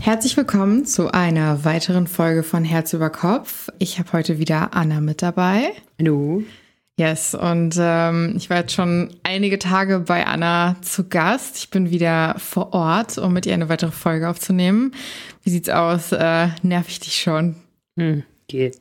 Herzlich willkommen zu einer weiteren Folge von Herz über Kopf. Ich habe heute wieder Anna mit dabei. Hallo. Yes, und ich war jetzt schon einige Tage bei Anna zu Gast. Ich bin wieder vor Ort, um mit ihr eine weitere Folge aufzunehmen. Wie sieht's aus? Nerv ich dich schon? Geht.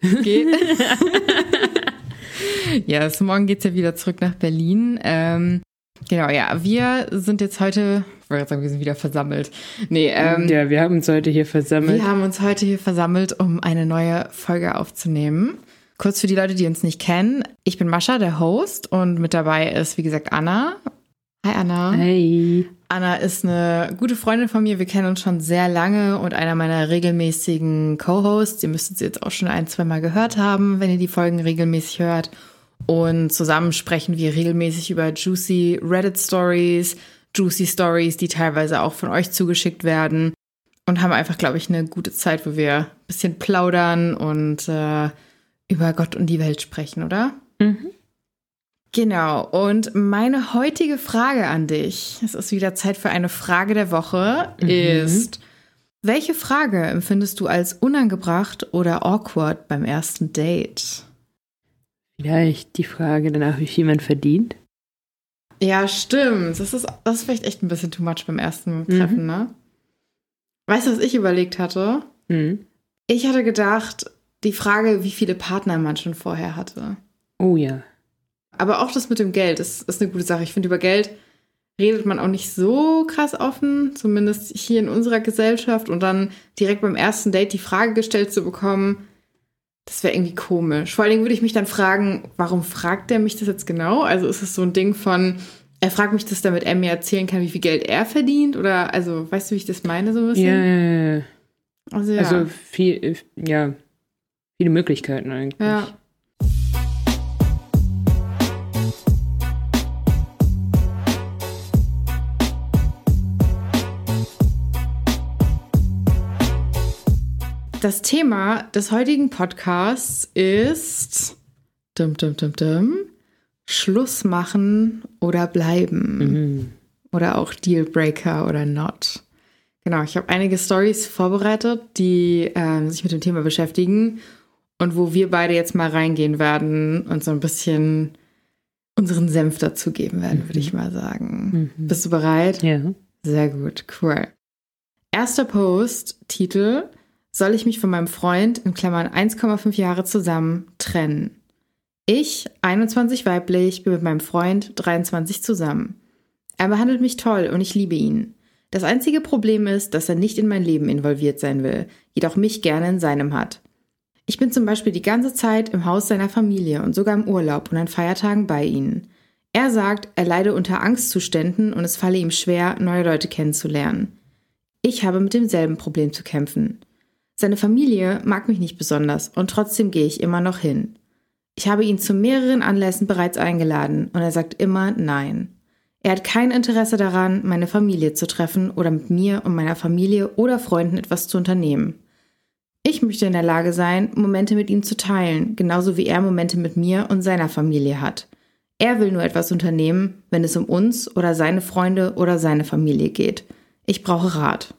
Yes, morgen geht's ja wieder zurück nach Berlin. Genau, ja, wir sind jetzt heute, ich wollte sagen, wir sind wieder versammelt. Ja, wir haben uns heute hier versammelt. Wir haben uns heute hier versammelt, um eine neue Folge aufzunehmen. Kurz für die Leute, die uns nicht kennen. Ich bin Mascha, der Host, und mit dabei ist, wie gesagt, Anna. Hi, Anna. Hey. Anna ist eine gute Freundin von mir. Wir kennen uns schon sehr lange und einer meiner regelmäßigen Co-Hosts. Ihr müsstet sie jetzt auch schon 1-2 Mal gehört haben, wenn ihr die Folgen regelmäßig hört. Und zusammen sprechen wir regelmäßig über juicy Reddit-Stories, juicy Stories, die teilweise auch von euch zugeschickt werden. Und haben einfach, glaube ich, eine gute Zeit, wo wir ein bisschen plaudern und über Gott und die Welt sprechen, oder? Mhm. Genau. Und meine heutige Frage an dich, es ist wieder Zeit für eine Frage der Woche, ist: Welche Frage empfindest du als unangebracht oder awkward beim ersten Date? Vielleicht die Frage danach, wie viel man verdient. Ja, stimmt. Das ist vielleicht echt ein bisschen too much beim ersten Treffen, ne? Weißt du, was ich überlegt hatte? Ich hatte gedacht, die Frage, wie viele Partner man schon vorher hatte. Oh ja. Aber auch das mit dem Geld ist eine gute Sache. Ich finde, über Geld redet man auch nicht so krass offen, zumindest hier in unserer Gesellschaft. Und dann direkt beim ersten Date die Frage gestellt zu bekommen, das wäre irgendwie komisch. Vor allen Dingen würde ich mich dann fragen, warum fragt er mich das jetzt genau? Also ist es so ein Ding von, er fragt mich das, damit er mir erzählen kann, wie viel Geld er verdient? Oder, also, weißt du, wie ich das meine so ein bisschen? Ja. Also, Also viele Möglichkeiten eigentlich. Ja. Das Thema des heutigen Podcasts ist Schluss machen oder bleiben. Oder auch Dealbreaker oder not. Genau, ich habe einige Storys vorbereitet, die sich mit dem Thema beschäftigen und wo wir beide jetzt mal reingehen werden und so ein bisschen unseren Senf dazugeben werden, würde ich mal sagen. Bist du bereit? Ja. Sehr gut, cool. Erster Post, Titel: Soll ich mich von meinem Freund, in Klammern 1,5 Jahre zusammen, trennen? Ich, 21 weiblich, bin mit meinem Freund, 23, zusammen. Er behandelt mich toll und ich liebe ihn. Das einzige Problem ist, dass er nicht in mein Leben involviert sein will, jedoch mich gerne in seinem hat. Ich bin zum Beispiel die ganze Zeit im Haus seiner Familie und sogar im Urlaub und an Feiertagen bei ihnen. Er sagt, er leide unter Angstzuständen und es falle ihm schwer, neue Leute kennenzulernen. Ich habe mit demselben Problem zu kämpfen. Seine Familie mag mich nicht besonders und trotzdem gehe ich immer noch hin. Ich habe ihn zu mehreren Anlässen bereits eingeladen und er sagt immer nein. Er hat kein Interesse daran, meine Familie zu treffen oder mit mir und meiner Familie oder Freunden etwas zu unternehmen. Ich möchte in der Lage sein, Momente mit ihm zu teilen, genauso wie er Momente mit mir und seiner Familie hat. Er will nur etwas unternehmen, wenn es um uns oder seine Freunde oder seine Familie geht. Ich brauche Rat.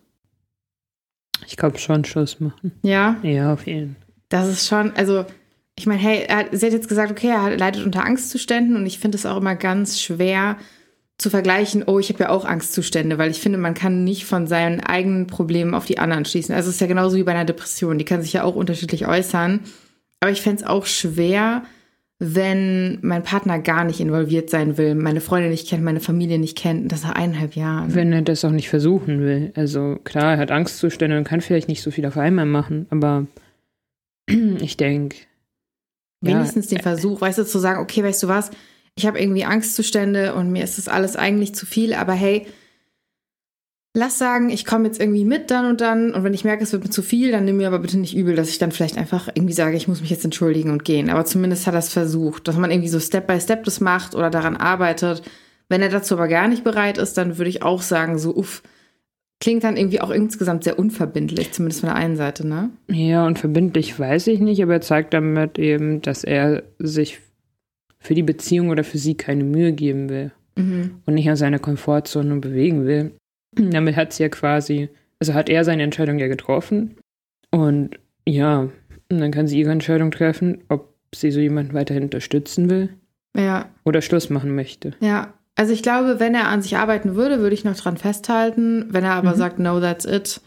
Ich glaube schon, Schluss machen. Ja? Ja, auf jeden Fall. Das ist schon, also, ich meine, hey, sie hat jetzt gesagt, okay, er leidet unter Angstzuständen und ich finde es auch immer ganz schwer zu vergleichen, oh, ich habe ja auch Angstzustände, weil ich finde, man kann nicht von seinen eigenen Problemen auf die anderen schließen. Also es ist ja genauso wie bei einer Depression, die kann sich ja auch unterschiedlich äußern. Aber ich fände es auch schwer, wenn mein Partner gar nicht involviert sein will, meine Freunde nicht kennt, meine Familie nicht kennt, das nach 1,5 Jahren. Wenn er das auch nicht versuchen will. Also klar, er hat Angstzustände und kann vielleicht nicht so viel auf einmal machen, aber ich denke... Wenigstens den Versuch, weißt du, zu sagen, okay, weißt du was, ich habe irgendwie Angstzustände und mir ist das alles eigentlich zu viel, aber hey, lass sagen, ich komme jetzt irgendwie mit dann und wenn ich merke, es wird mir zu viel, dann nimm mir aber bitte nicht übel, dass ich dann vielleicht einfach irgendwie sage, ich muss mich jetzt entschuldigen und gehen. Aber zumindest hat er es versucht, dass man irgendwie so Step by Step das macht oder daran arbeitet. Wenn er dazu aber gar nicht bereit ist, dann würde ich auch sagen, so klingt dann irgendwie auch insgesamt sehr unverbindlich, zumindest von der einen Seite, ne? Ja, und verbindlich weiß ich nicht, aber er zeigt damit eben, dass er sich für die Beziehung oder für sie keine Mühe geben will und nicht an seiner Komfortzone bewegen will. Damit hat sie ja quasi also hat er seine Entscheidung ja getroffen. Und ja, und dann kann sie ihre Entscheidung treffen, ob sie so jemanden weiterhin unterstützen will. Ja. Oder Schluss machen möchte. Ja. Also ich glaube, wenn er an sich arbeiten würde, würde ich noch dran festhalten. Wenn er aber sagt, no, that's it,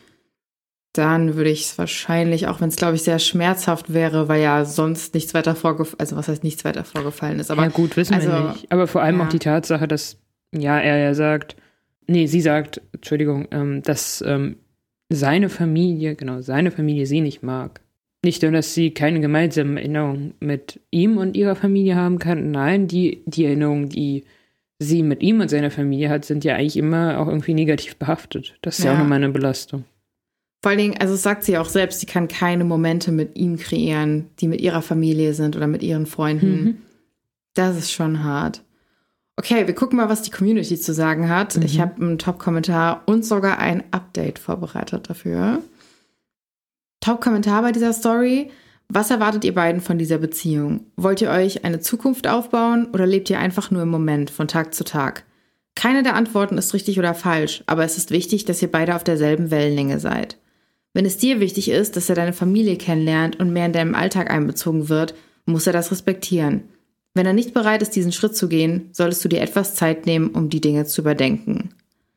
dann würde ich es wahrscheinlich, auch wenn es, glaube ich, sehr schmerzhaft wäre, weil ja sonst nichts weiter vorgefallen, also was heißt nichts weiter vorgefallen ist. Aber, ja gut, wissen wir nicht. Aber vor allem auch die Tatsache, dass, ja, er ja sagt, sie sagt, Entschuldigung, dass seine Familie sie nicht mag. Nicht nur, dass sie keine gemeinsame Erinnerung mit ihm und ihrer Familie haben kann, nein, die Erinnerungen, die sie mit ihm und seiner Familie hat, sind ja eigentlich immer auch irgendwie negativ behaftet. Das ist ja auch nochmal eine Belastung. Vor allen Dingen, also das sagt sie auch selbst, sie kann keine Momente mit ihm kreieren, die mit ihrer Familie sind oder mit ihren Freunden. Das ist schon hart. Okay, wir gucken mal, was die Community zu sagen hat. Ich habe einen Top-Kommentar und sogar ein Update vorbereitet dafür. Top-Kommentar bei dieser Story: Was erwartet ihr beiden von dieser Beziehung? Wollt ihr euch eine Zukunft aufbauen oder lebt ihr einfach nur im Moment, von Tag zu Tag? Keine der Antworten ist richtig oder falsch, aber es ist wichtig, dass ihr beide auf derselben Wellenlänge seid. Wenn es dir wichtig ist, dass er deine Familie kennenlernt und mehr in deinem Alltag einbezogen wird, muss er das respektieren. Wenn er nicht bereit ist, diesen Schritt zu gehen, solltest du dir etwas Zeit nehmen, um die Dinge zu überdenken.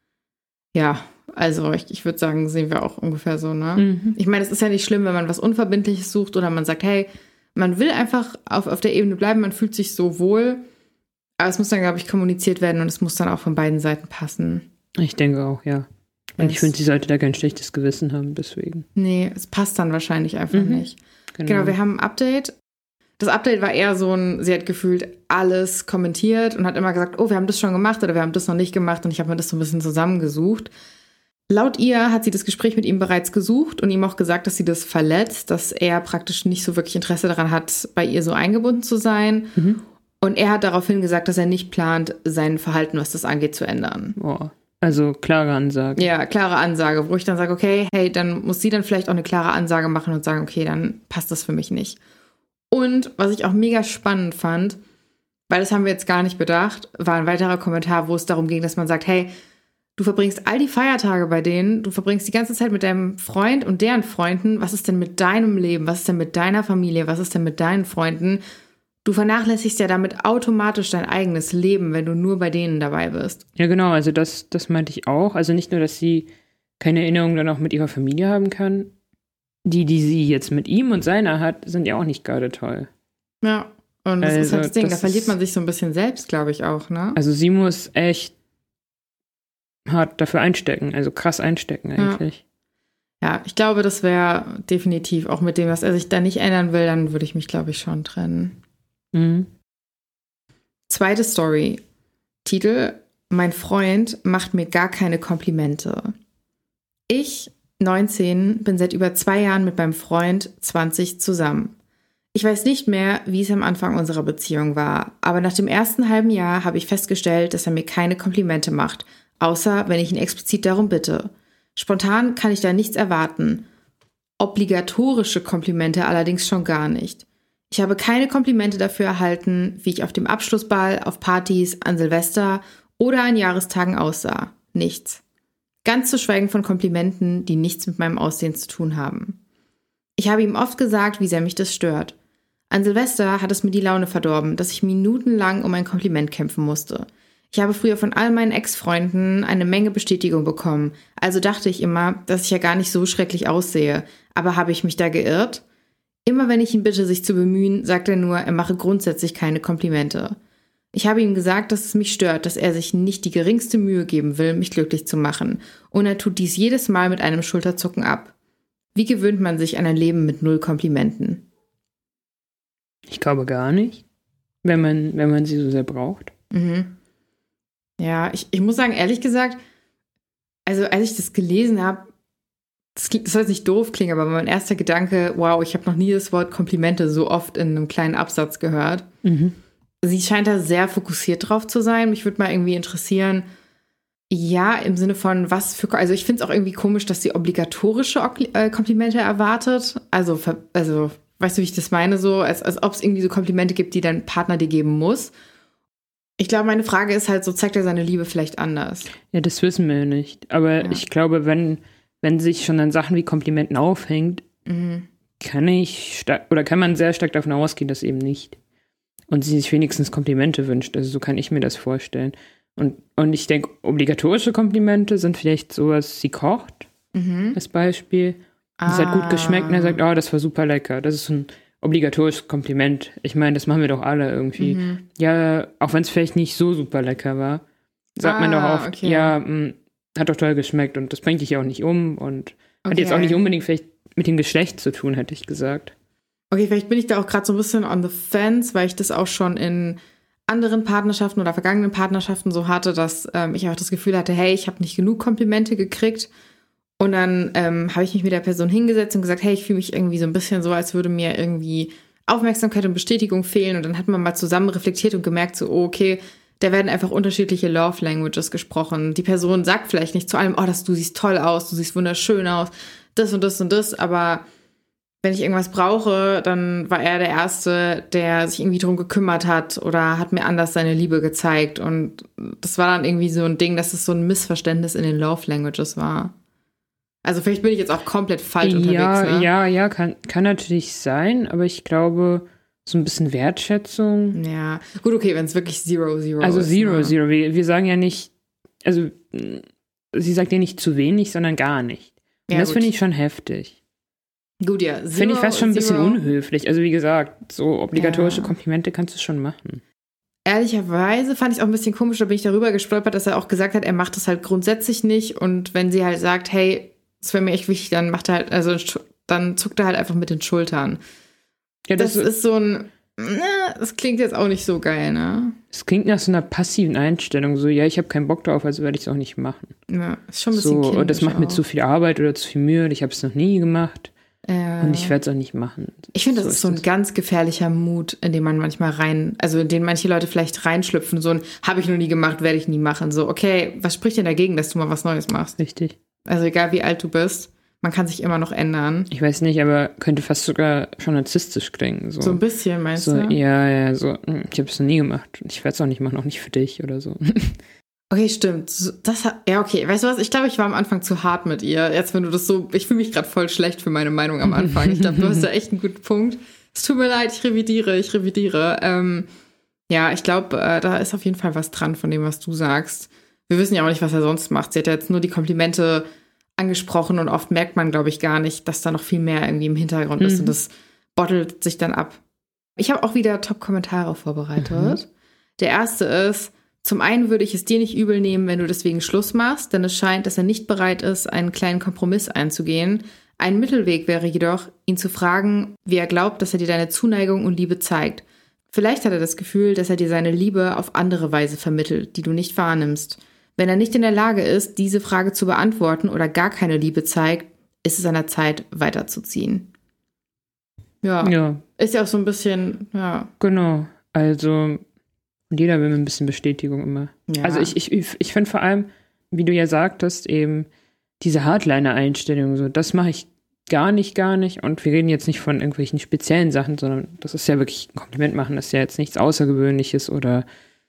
Ja, also ich würde sagen, sehen wir auch ungefähr so, ne? Ich meine, es ist ja nicht schlimm, wenn man was Unverbindliches sucht oder man sagt, hey, man will einfach auf der Ebene bleiben, man fühlt sich so wohl, aber es muss dann, glaube ich, kommuniziert werden und es muss dann auch von beiden Seiten passen. Ich denke auch, ja. Und ich finde, sie sollte da kein schlechtes Gewissen haben, deswegen. Nee, es passt dann wahrscheinlich einfach nicht. Genau, wir haben ein Update. Das Update war eher so sie hat gefühlt alles kommentiert und hat immer gesagt, oh, wir haben das schon gemacht oder wir haben das noch nicht gemacht, und ich habe mir das so ein bisschen zusammengesucht. Laut ihr hat sie das Gespräch mit ihm bereits gesucht und ihm auch gesagt, dass sie das verletzt, dass er praktisch nicht so wirklich Interesse daran hat, bei ihr so eingebunden zu sein. Und er hat daraufhin gesagt, dass er nicht plant, sein Verhalten, was das angeht, zu ändern. Oh. Also klare Ansage. Ja, klare Ansage, wo ich dann sage, okay, hey, dann muss sie dann vielleicht auch eine klare Ansage machen und sagen, okay, dann passt das für mich nicht. Und was ich auch mega spannend fand, weil das haben wir jetzt gar nicht bedacht, war ein weiterer Kommentar, wo es darum ging, dass man sagt, hey, du verbringst all die Feiertage bei denen, du verbringst die ganze Zeit mit deinem Freund und deren Freunden, was ist denn mit deinem Leben, was ist denn mit deiner Familie, was ist denn mit deinen Freunden? Du vernachlässigst ja damit automatisch dein eigenes Leben, wenn du nur bei denen dabei bist. Ja, genau, also das meinte ich auch. Also nicht nur, dass sie keine Erinnerungen dann auch mit ihrer Familie haben kann. Die sie jetzt mit ihm und seiner hat, sind ja auch nicht gerade toll. Ja, und das ist halt das Ding, da verliert man sich so ein bisschen selbst, glaube ich auch, ne? Also sie muss echt hart dafür einstecken, also krass einstecken eigentlich. Ja, ich glaube, das wäre definitiv auch mit dem, was er sich da nicht ändern will, dann würde ich mich, glaube ich, schon trennen. Zweite Story. Titel: Mein Freund macht mir gar keine Komplimente. Ich, 19, bin seit über 2 Jahren mit meinem Freund, 20, zusammen. Ich weiß nicht mehr, wie es am Anfang unserer Beziehung war, aber nach dem ersten halben Jahr habe ich festgestellt, dass er mir keine Komplimente macht, außer wenn ich ihn explizit darum bitte. Spontan kann ich da nichts erwarten. Obligatorische Komplimente allerdings schon gar nicht. Ich habe keine Komplimente dafür erhalten, wie ich auf dem Abschlussball, auf Partys, an Silvester oder an Jahrestagen aussah. Nichts. Ganz zu schweigen von Komplimenten, die nichts mit meinem Aussehen zu tun haben. Ich habe ihm oft gesagt, wie sehr mich das stört. An Silvester hat es mir die Laune verdorben, dass ich minutenlang um ein Kompliment kämpfen musste. Ich habe früher von all meinen Ex-Freunden eine Menge Bestätigung bekommen, also dachte ich immer, dass ich ja gar nicht so schrecklich aussehe. Aber habe ich mich da geirrt? Immer wenn ich ihn bitte, sich zu bemühen, sagt er nur, er mache grundsätzlich keine Komplimente. Ich habe ihm gesagt, dass es mich stört, dass er sich nicht die geringste Mühe geben will, mich glücklich zu machen. Und er tut dies jedes Mal mit einem Schulterzucken ab. Wie gewöhnt man sich an ein Leben mit 0 Komplimenten? Ich glaube gar nicht, wenn man sie so sehr braucht. Ja, ich muss sagen, ehrlich gesagt, also als ich das gelesen habe, das soll jetzt nicht doof klingen, aber mein erster Gedanke, wow, ich habe noch nie das Wort Komplimente so oft in einem kleinen Absatz gehört. Sie scheint da sehr fokussiert drauf zu sein. Mich würde mal irgendwie interessieren, ja, im Sinne von also ich finde es auch irgendwie komisch, dass sie obligatorische Komplimente erwartet. Also, weißt du, wie ich das meine? So, als ob es irgendwie so Komplimente gibt, die dein Partner dir geben muss. Ich glaube, meine Frage ist halt so, zeigt er seine Liebe vielleicht anders? Ja, das wissen wir ja nicht. Aber ich glaube, wenn wenn sich schon an Sachen wie Komplimenten aufhängt, kann man sehr stark davon ausgehen, dass eben nicht. Und sie sich wenigstens Komplimente wünscht. Also so kann ich mir das vorstellen. Und ich denke, obligatorische Komplimente sind vielleicht sowas, sie kocht, als Beispiel. Es hat gut geschmeckt und er sagt, oh, das war super lecker. Das ist ein obligatorisches Kompliment. Ich meine, das machen wir doch alle irgendwie. Ja, auch wenn es vielleicht nicht so super lecker war, sagt man doch oft, okay. Ja, hat doch toll geschmeckt und das bringt dich ja auch nicht um und hat jetzt auch nicht unbedingt vielleicht mit dem Geschlecht zu tun, hätte ich gesagt. Okay, vielleicht bin ich da auch gerade so ein bisschen on the fence, weil ich das auch schon in anderen Partnerschaften oder vergangenen Partnerschaften so hatte, dass ich auch das Gefühl hatte, hey, ich habe nicht genug Komplimente gekriegt. Und dann habe ich mich mit der Person hingesetzt und gesagt, hey, ich fühle mich irgendwie so ein bisschen so, als würde mir irgendwie Aufmerksamkeit und Bestätigung fehlen. Und dann hat man mal zusammen reflektiert und gemerkt, so, oh, okay, da werden einfach unterschiedliche Love Languages gesprochen. Die Person sagt vielleicht nicht zu allem, oh, du siehst toll aus, du siehst wunderschön aus, das und das und das. Aber wenn ich irgendwas brauche, dann war er der Erste, der sich irgendwie drum gekümmert hat oder hat mir anders seine Liebe gezeigt. Und das war dann irgendwie so ein Ding, dass es so ein Missverständnis in den Love Languages war. Also vielleicht bin ich jetzt auch komplett falsch unterwegs. Ne? Ja, kann natürlich sein, aber ich glaube, so ein bisschen Wertschätzung. Ja, gut, okay, wenn es wirklich 0-0 also ist. Also 0-0, wir sagen ja nicht, also sie sagt ja nicht zu wenig, sondern gar nicht. Und das finde ich schon heftig. Gut, ja. Finde ich fast schon ein bisschen unhöflich. Also wie gesagt, so obligatorische Komplimente kannst du schon machen. Ehrlicherweise fand ich es auch ein bisschen komisch, da bin ich darüber gestolpert, dass er auch gesagt hat, er macht das halt grundsätzlich nicht und wenn sie halt sagt, hey, das wäre mir echt wichtig, dann macht er halt, also dann zuckt er halt einfach mit den Schultern. Ja, das ist so ein, das klingt jetzt auch nicht so geil, ne? Es klingt nach so einer passiven Einstellung, so, ja, ich habe keinen Bock drauf, also werde ich es auch nicht machen. Ja, ist schon ein bisschen so, das macht mir zu viel Arbeit oder zu viel Mühe und ich habe es noch nie gemacht. Und ich werde es auch nicht machen. Ich finde, das ist so ein ganz gefährlicher Mut, in den man manchmal in den manche Leute vielleicht reinschlüpfen, so ein, habe ich noch nie gemacht, werde ich nie machen. So, okay, was spricht denn dagegen, dass du mal was Neues machst? Richtig. Also egal, wie alt du bist, man kann sich immer noch ändern. Ich weiß nicht, aber könnte fast sogar schon narzisstisch klingen. So ein bisschen, meinst du? Ja, so, ich habe es noch nie gemacht und ich werde es auch nicht machen, auch nicht für dich oder so. Okay, stimmt. Okay. Weißt du was? Ich glaube, ich war am Anfang zu hart mit ihr. Jetzt, wenn du das so, ich fühle mich gerade voll schlecht für meine Meinung am Anfang. Ich glaube, du hast da echt einen guten Punkt. Es tut mir leid, ich revidiere. Ja, ich glaube, da ist auf jeden Fall was dran von dem, was du sagst. Wir wissen ja auch nicht, was er sonst macht. Sie hat ja jetzt nur die Komplimente angesprochen und oft merkt man, glaube ich, gar nicht, dass da noch viel mehr irgendwie im Hintergrund ist und das bottelt sich dann ab. Ich habe auch wieder Top-Kommentare vorbereitet. Der erste ist, zum einen würde ich es dir nicht übel nehmen, wenn du deswegen Schluss machst, denn es scheint, dass er nicht bereit ist, einen kleinen Kompromiss einzugehen. Ein Mittelweg wäre jedoch, ihn zu fragen, wie er glaubt, dass er dir deine Zuneigung und Liebe zeigt. Vielleicht hat er das Gefühl, dass er dir seine Liebe auf andere Weise vermittelt, die du nicht wahrnimmst. Wenn er nicht in der Lage ist, diese Frage zu beantworten oder gar keine Liebe zeigt, ist es an der Zeit, weiterzuziehen. Ja. Ist ja auch so ein bisschen, ja. Genau, also und jeder will mir ein bisschen Bestätigung immer. Ja. Also ich finde vor allem, wie du ja sagtest, eben diese Hardliner-Einstellung, so, das mache ich gar nicht. Und wir reden jetzt nicht von irgendwelchen speziellen Sachen, sondern das ist ja wirklich ein Kompliment machen, das ist ja jetzt nichts Außergewöhnliches oder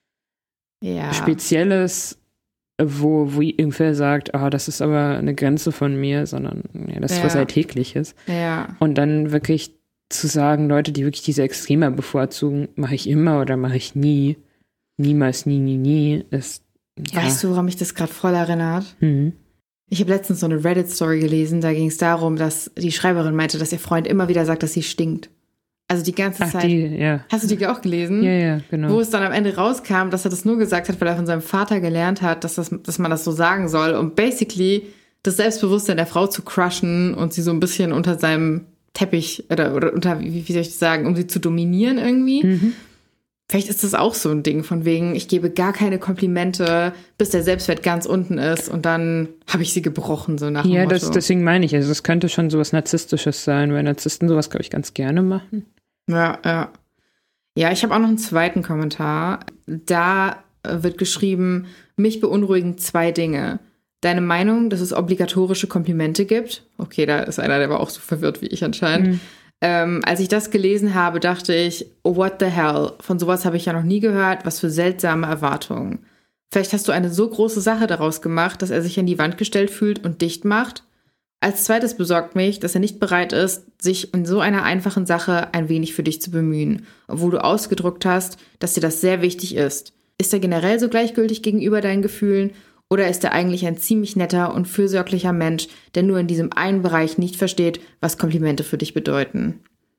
Spezielles, wo irgendwer sagt, das ist aber eine Grenze von mir, sondern das ist was Alltägliches. Ja. Und dann wirklich zu sagen, Leute, die wirklich diese Extreme bevorzugen, mache ich immer oder mache ich nie. Niemals, nie, ist, Weißt du, woran mich das gerade voll erinnert? Ich habe letztens so eine Reddit-Story gelesen, da ging es darum, dass die Schreiberin meinte, dass ihr Freund immer wieder sagt, dass sie stinkt. Also die ganze Zeit. Hast du die auch gelesen? Ja, genau. Wo es dann am Ende rauskam, dass er das nur gesagt hat, weil er von seinem Vater gelernt hat, dass man das so sagen soll, um basically das Selbstbewusstsein der Frau zu crushen und sie so ein bisschen unter seinem Teppich oder unter, wie soll ich das sagen, um sie zu dominieren irgendwie. Vielleicht ist das auch so ein Ding von wegen, ich gebe gar keine Komplimente, bis der Selbstwert ganz unten ist und dann habe ich sie gebrochen, so nach dem Motto. Ja, deswegen meine ich, also das könnte schon sowas Narzisstisches sein, weil Narzissten sowas, glaube ich, ganz gerne machen. Ja, ich habe auch noch einen zweiten Kommentar. Da wird geschrieben, mich beunruhigen 2 Dinge. Deine Meinung, dass es obligatorische Komplimente gibt. Okay, da ist einer, der war auch so verwirrt wie ich anscheinend. Als ich das gelesen habe, dachte ich, oh, what the hell? Von sowas habe ich ja noch nie gehört. Was für seltsame Erwartungen. Vielleicht hast du eine so große Sache daraus gemacht, dass er sich an die Wand gestellt fühlt und dicht macht. Als zweites besorgt mich, dass er nicht bereit ist, sich in so einer einfachen Sache ein wenig für dich zu bemühen, obwohl du ausgedrückt hast, dass dir das sehr wichtig ist. Ist er generell so gleichgültig gegenüber deinen Gefühlen oder ist er eigentlich ein ziemlich netter und fürsorglicher Mensch, der nur in diesem einen Bereich nicht versteht, was Komplimente für dich bedeuten?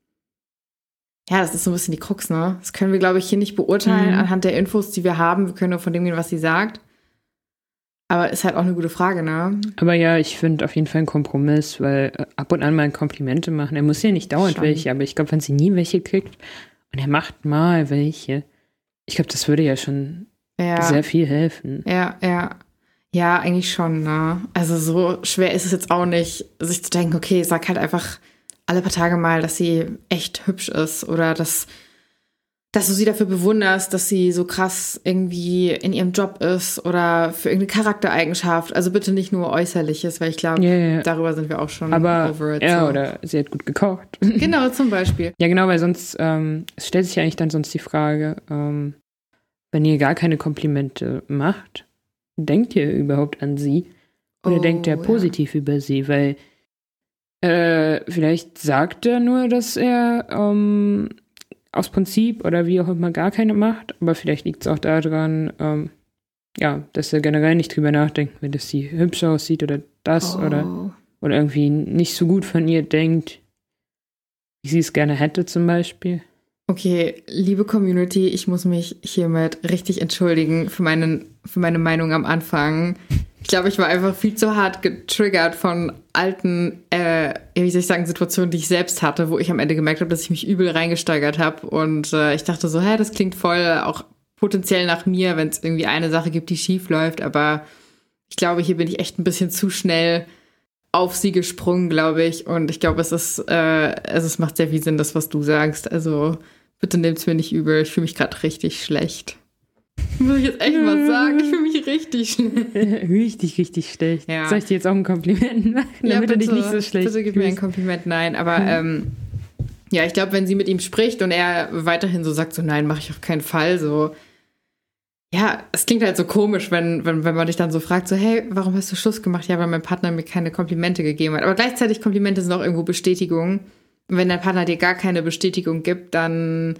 Ja, das ist so ein bisschen die Krux, ne? Das können wir, glaube ich, hier nicht beurteilen anhand der Infos, die wir haben. Wir können nur von dem gehen, was sie sagt. Aber ist halt auch eine gute Frage, ne? Aber ja, ich finde auf jeden Fall einen Kompromiss, weil ab und an mal Komplimente machen. Er muss ja nicht dauernd welche, aber ich glaube, wenn sie nie welche kriegt und er macht mal welche, ich glaube, das würde ja schon sehr viel helfen. Ja, eigentlich schon, ne? Also so schwer ist es jetzt auch nicht, sich zu denken, okay, sag halt einfach alle paar Tage mal, dass sie echt hübsch ist oder dass du sie dafür bewunderst, dass sie so krass irgendwie in ihrem Job ist oder für irgendeine Charaktereigenschaft. Also bitte nicht nur Äußerliches, weil ich glaube, darüber sind wir auch schon over it. Ja, so. Oder sie hat gut gekocht. Genau, zum Beispiel. Ja, genau, weil sonst, es stellt sich ja eigentlich dann sonst die Frage, wenn ihr gar keine Komplimente macht, denkt ihr überhaupt an sie? Oder denkt ihr positiv über sie? Weil vielleicht sagt er nur, dass er aus Prinzip oder wie auch immer gar keine macht, aber vielleicht liegt es auch daran, dass er generell nicht drüber nachdenkt, wenn das sie hübsch aussieht oder das oder irgendwie nicht so gut von ihr denkt, wie sie es gerne hätte zum Beispiel. Okay, liebe Community, ich muss mich hiermit richtig entschuldigen für meine Meinung am Anfang. Ich glaube, ich war einfach viel zu hart getriggert von alten, Situationen, die ich selbst hatte, wo ich am Ende gemerkt habe, dass ich mich übel reingesteigert habe. Und ich dachte so, das klingt voll auch potenziell nach mir, wenn es irgendwie eine Sache gibt, die schief läuft. Aber ich glaube, hier bin ich echt ein bisschen zu schnell auf sie gesprungen, glaube ich. Und ich glaube, es macht sehr viel Sinn, das, was du sagst. Also bitte nehmt's mir nicht übel. Ich fühle mich gerade richtig schlecht. Muss ich jetzt echt mal sagen, ich fühle mich richtig schlecht. Richtig, richtig schlecht. Ja. Soll ich dir jetzt auch ein Kompliment machen, damit du dich nicht so schlecht bitte gib mir ein Kompliment, nein. Aber ich glaube, wenn sie mit ihm spricht und er weiterhin so sagt, so nein, mache ich auf keinen Fall, so ja, es klingt halt so komisch, wenn man dich dann so fragt, so hey, warum hast du Schluss gemacht? Ja, weil mein Partner mir keine Komplimente gegeben hat. Aber gleichzeitig Komplimente sind auch irgendwo Bestätigung. Und wenn dein Partner dir gar keine Bestätigung gibt, dann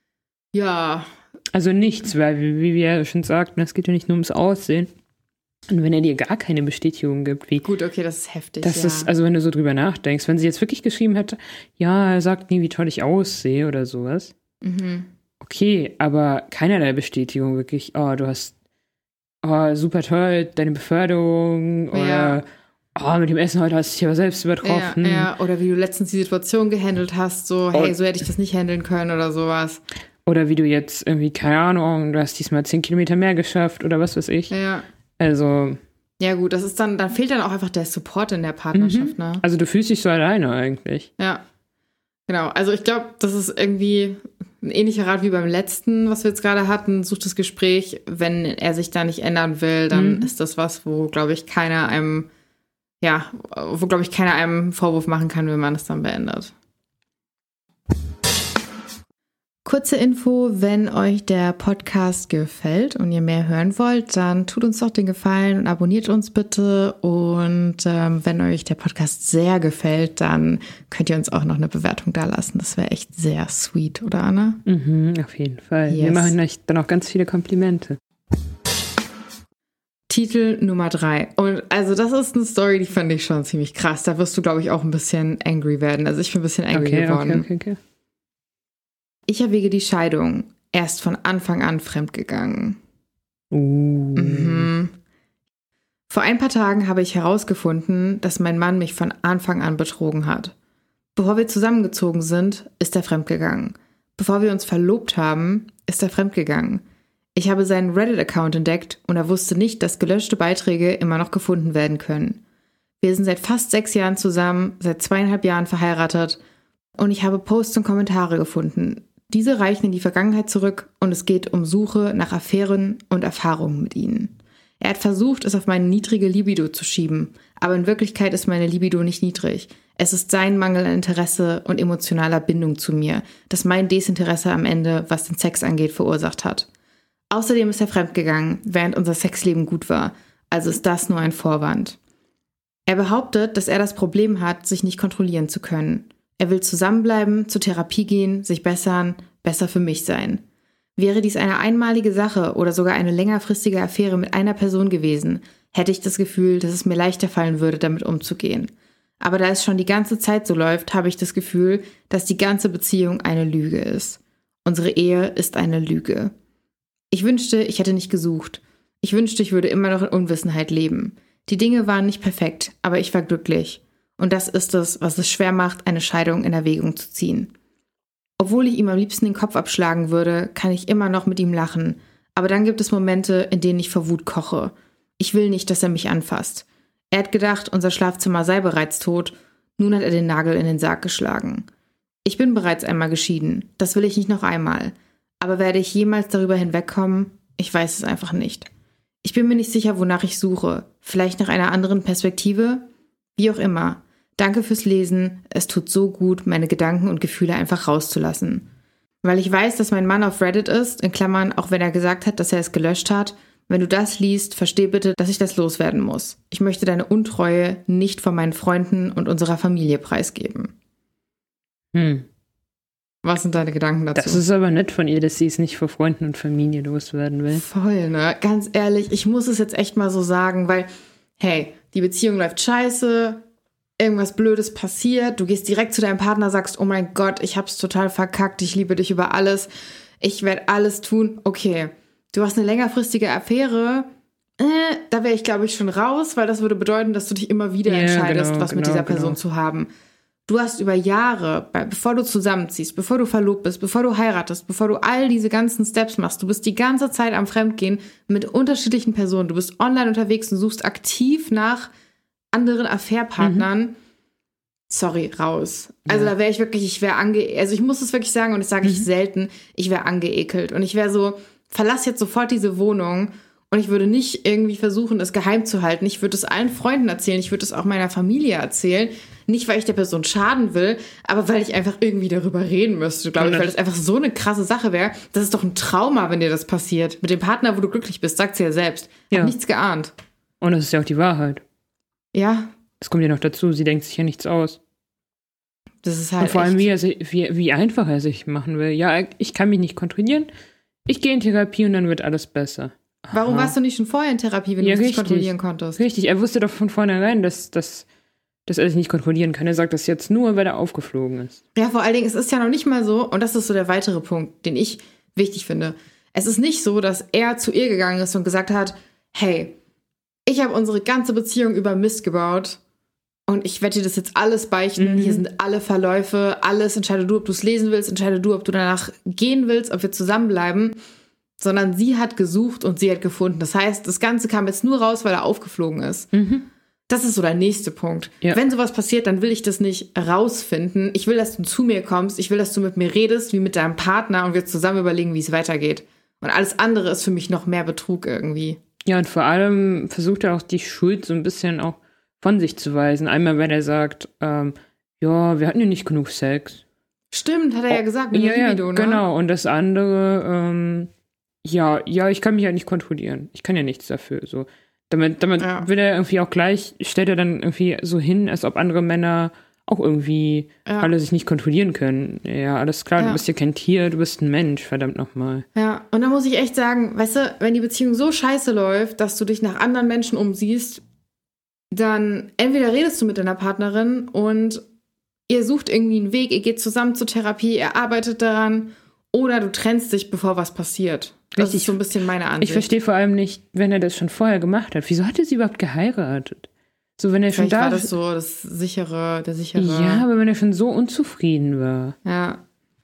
ja. Also nichts, weil, wie wir ja schon sagten, es geht ja nicht nur ums Aussehen. Und wenn er dir gar keine Bestätigung gibt, wie... Gut, okay, das ist heftig, das ist, also wenn du so drüber nachdenkst, wenn sie jetzt wirklich geschrieben hätte, ja, er sagt nie, wie toll ich aussehe oder sowas. Mhm. Okay, aber keinerlei Bestätigung wirklich, du hast, super toll, deine Beförderung oder... mit dem Essen heute hast du dich aber selbst übertroffen. Ja, oder wie du letztens die Situation gehandelt hast, so, hey, so hätte ich das nicht handeln können oder sowas. Oder wie du jetzt irgendwie, keine Ahnung, du hast diesmal 10 Kilometer mehr geschafft oder was weiß ich. Ja. Also. Ja gut, das ist dann fehlt dann auch einfach der Support in der Partnerschaft, ne? Also du fühlst dich so alleine eigentlich. Ja, genau. Also ich glaube, das ist irgendwie ein ähnlicher Rat wie beim letzten, was wir jetzt gerade hatten. Sucht das Gespräch, wenn er sich da nicht ändern will, dann ist das was, wo, glaube ich, keiner einem Vorwurf machen kann, wenn man es dann beendet. Kurze Info, wenn euch der Podcast gefällt und ihr mehr hören wollt, dann tut uns doch den Gefallen und abonniert uns bitte. Und wenn euch der Podcast sehr gefällt, dann könnt ihr uns auch noch eine Bewertung da lassen. Das wäre echt sehr sweet, oder Anna? Auf jeden Fall. Yes. Wir machen euch dann auch ganz viele Komplimente. Titel Nummer 3. Und also das ist eine Story, die fand ich schon ziemlich krass. Da wirst du, glaube ich, auch ein bisschen angry werden. Also ich bin ein bisschen angry geworden. Okay. Ich erwäge die Scheidung. Er ist von Anfang an fremdgegangen. Vor ein paar Tagen habe ich herausgefunden, dass mein Mann mich von Anfang an betrogen hat. Bevor wir zusammengezogen sind, ist er fremdgegangen. Bevor wir uns verlobt haben, ist er fremdgegangen. Ich habe seinen Reddit-Account entdeckt und er wusste nicht, dass gelöschte Beiträge immer noch gefunden werden können. Wir sind seit fast 6 Jahren zusammen, seit 2,5 Jahren verheiratet und ich habe Posts und Kommentare gefunden. Diese reichen in die Vergangenheit zurück und es geht um Suche nach Affären und Erfahrungen mit ihnen. Er hat versucht, es auf meine niedrige Libido zu schieben, aber in Wirklichkeit ist meine Libido nicht niedrig. Es ist sein Mangel an Interesse und emotionaler Bindung zu mir, das mein Desinteresse am Ende, was den Sex angeht, verursacht hat. Außerdem ist er fremdgegangen, während unser Sexleben gut war, also ist das nur ein Vorwand. Er behauptet, dass er das Problem hat, sich nicht kontrollieren zu können. Er will zusammenbleiben, zur Therapie gehen, sich bessern, besser für mich sein. Wäre dies eine einmalige Sache oder sogar eine längerfristige Affäre mit einer Person gewesen, hätte ich das Gefühl, dass es mir leichter fallen würde, damit umzugehen. Aber da es schon die ganze Zeit so läuft, habe ich das Gefühl, dass die ganze Beziehung eine Lüge ist. Unsere Ehe ist eine Lüge. Ich wünschte, ich hätte nicht gesucht. Ich wünschte, ich würde immer noch in Unwissenheit leben. Die Dinge waren nicht perfekt, aber ich war glücklich. Und das ist es, was es schwer macht, eine Scheidung in Erwägung zu ziehen. Obwohl ich ihm am liebsten den Kopf abschlagen würde, kann ich immer noch mit ihm lachen. Aber dann gibt es Momente, in denen ich vor Wut koche. Ich will nicht, dass er mich anfasst. Er hat gedacht, unser Schlafzimmer sei bereits tot. Nun hat er den Nagel in den Sarg geschlagen. Ich bin bereits einmal geschieden. Das will ich nicht noch einmal. Aber werde ich jemals darüber hinwegkommen? Ich weiß es einfach nicht. Ich bin mir nicht sicher, wonach ich suche. Vielleicht nach einer anderen Perspektive? Wie auch immer. Danke fürs Lesen. Es tut so gut, meine Gedanken und Gefühle einfach rauszulassen. Weil ich weiß, dass mein Mann auf Reddit ist, in Klammern, auch wenn er gesagt hat, dass er es gelöscht hat. Wenn du das liest, versteh bitte, dass ich das loswerden muss. Ich möchte deine Untreue nicht von meinen Freunden und unserer Familie preisgeben. Was sind deine Gedanken dazu? Das ist aber nett von ihr, dass sie es nicht vor Freunden und Familie loswerden will. Voll, ne? Ganz ehrlich, ich muss es jetzt echt mal so sagen, weil, hey, die Beziehung läuft scheiße, irgendwas Blödes passiert, du gehst direkt zu deinem Partner, sagst, oh mein Gott, ich hab's total verkackt, ich liebe dich über alles, ich werde alles tun. Okay, du hast eine längerfristige Affäre, da wäre ich, glaube ich, schon raus, weil das würde bedeuten, dass du dich immer wieder entscheidest, was mit dieser Person zu haben. Du hast über Jahre, bevor du zusammenziehst, bevor du verlobt bist, bevor du heiratest, bevor du all diese ganzen Steps machst, du bist die ganze Zeit am Fremdgehen mit unterschiedlichen Personen. Du bist online unterwegs und suchst aktiv nach anderen Affärepartnern. Sorry, raus. Also da wäre ich wirklich, ich muss es wirklich sagen und das sage ich selten, ich wäre angeekelt. Und ich wäre so, verlass jetzt sofort diese Wohnung und ich würde nicht irgendwie versuchen, es geheim zu halten. Ich würde es allen Freunden erzählen, ich würde es auch meiner Familie erzählen. Nicht, weil ich der Person schaden will, aber weil ich einfach irgendwie darüber reden müsste, glaube ich, weil das einfach so eine krasse Sache wäre. Das ist doch ein Trauma, wenn dir das passiert. Mit dem Partner, wo du glücklich bist, sagt sie ja selbst. Hat nichts geahnt. Und das ist ja auch die Wahrheit. Ja. Es kommt ja noch dazu, sie denkt sich ja nichts aus. Das ist halt und vor allem, wie einfach er sich machen will. Ja, ich kann mich nicht kontrollieren. Ich gehe in Therapie und dann wird alles besser. Aha. Warum warst du nicht schon vorher in Therapie, wenn du es nicht kontrollieren konntest? Richtig, er wusste doch von vornherein, dass er sich nicht kontrollieren kann. Er sagt das jetzt nur, weil er aufgeflogen ist. Ja, vor allen Dingen, es ist ja noch nicht mal so, und das ist so der weitere Punkt, den ich wichtig finde. Es ist nicht so, dass er zu ihr gegangen ist und gesagt hat, hey, ich habe unsere ganze Beziehung über Mist gebaut und ich werde dir das jetzt alles beichten. Hier sind alle Verläufe, alles. Entscheide du, ob du es lesen willst, entscheide du, ob du danach gehen willst, ob wir zusammenbleiben. Sondern sie hat gesucht und sie hat gefunden. Das heißt, das Ganze kam jetzt nur raus, weil er aufgeflogen ist. Das ist so der nächste Punkt. Ja. Wenn sowas passiert, dann will ich das nicht rausfinden. Ich will, dass du zu mir kommst. Ich will, dass du mit mir redest, wie mit deinem Partner und wir zusammen überlegen, wie es weitergeht. Und alles andere ist für mich noch mehr Betrug irgendwie. Ja, und vor allem versucht er auch die Schuld so ein bisschen auch von sich zu weisen. Einmal, wenn er sagt, ja, wir hatten ja nicht genug Sex. Stimmt, hat er ja gesagt mit der Libido, ne? Genau. Und das andere, ja, ich kann mich ja nicht kontrollieren. Ich kann ja nichts dafür, so. Damit will er irgendwie auch gleich, stellt er dann irgendwie so hin, als ob andere Männer auch irgendwie alle sich nicht kontrollieren können. Ja, alles klar, du bist ja kein Tier, du bist ein Mensch, verdammt nochmal. Ja, und da muss ich echt sagen, weißt du, wenn die Beziehung so scheiße läuft, dass du dich nach anderen Menschen umsiehst, dann entweder redest du mit deiner Partnerin und ihr sucht irgendwie einen Weg, ihr geht zusammen zur Therapie, ihr arbeitet daran, oder du trennst dich, bevor was passiert. Das ist so ein bisschen meine Ansicht. Ich verstehe vor allem nicht, wenn er das schon vorher gemacht hat. Wieso hat er sie überhaupt geheiratet? So, wenn er Vielleicht schon war das so der sichere. Ja, aber wenn er schon so unzufrieden war. Ja.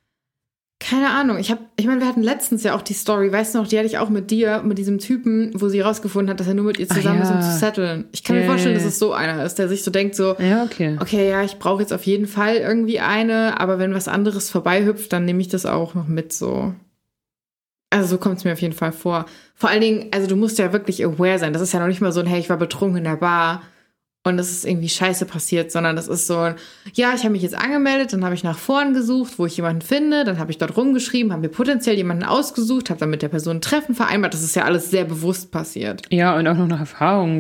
Keine Ahnung. Ich meine, wir hatten letztens ja auch die Story, weißt du noch, die hatte ich auch mit dir, mit diesem Typen, wo sie rausgefunden hat, dass er nur mit ihr zusammen ist, um zu setteln. Ich kann mir vorstellen, dass es so einer ist, der sich so denkt so, okay, ich brauche jetzt auf jeden Fall irgendwie eine, aber wenn was anderes vorbeihüpft, dann nehme ich das auch noch mit so. Also so kommt es mir auf jeden Fall vor. Vor allen Dingen, also du musst ja wirklich aware sein. Das ist ja noch nicht mal so ein, hey, ich war betrunken in der Bar und es ist irgendwie scheiße passiert, sondern das ist so ein, ja, ich habe mich jetzt angemeldet, dann habe ich nach vorn gesucht, wo ich jemanden finde, dann habe ich dort rumgeschrieben, haben wir potenziell jemanden ausgesucht, habe dann mit der Person ein Treffen vereinbart. Das ist ja alles sehr bewusst passiert. Ja, und auch noch nach Erfahrungen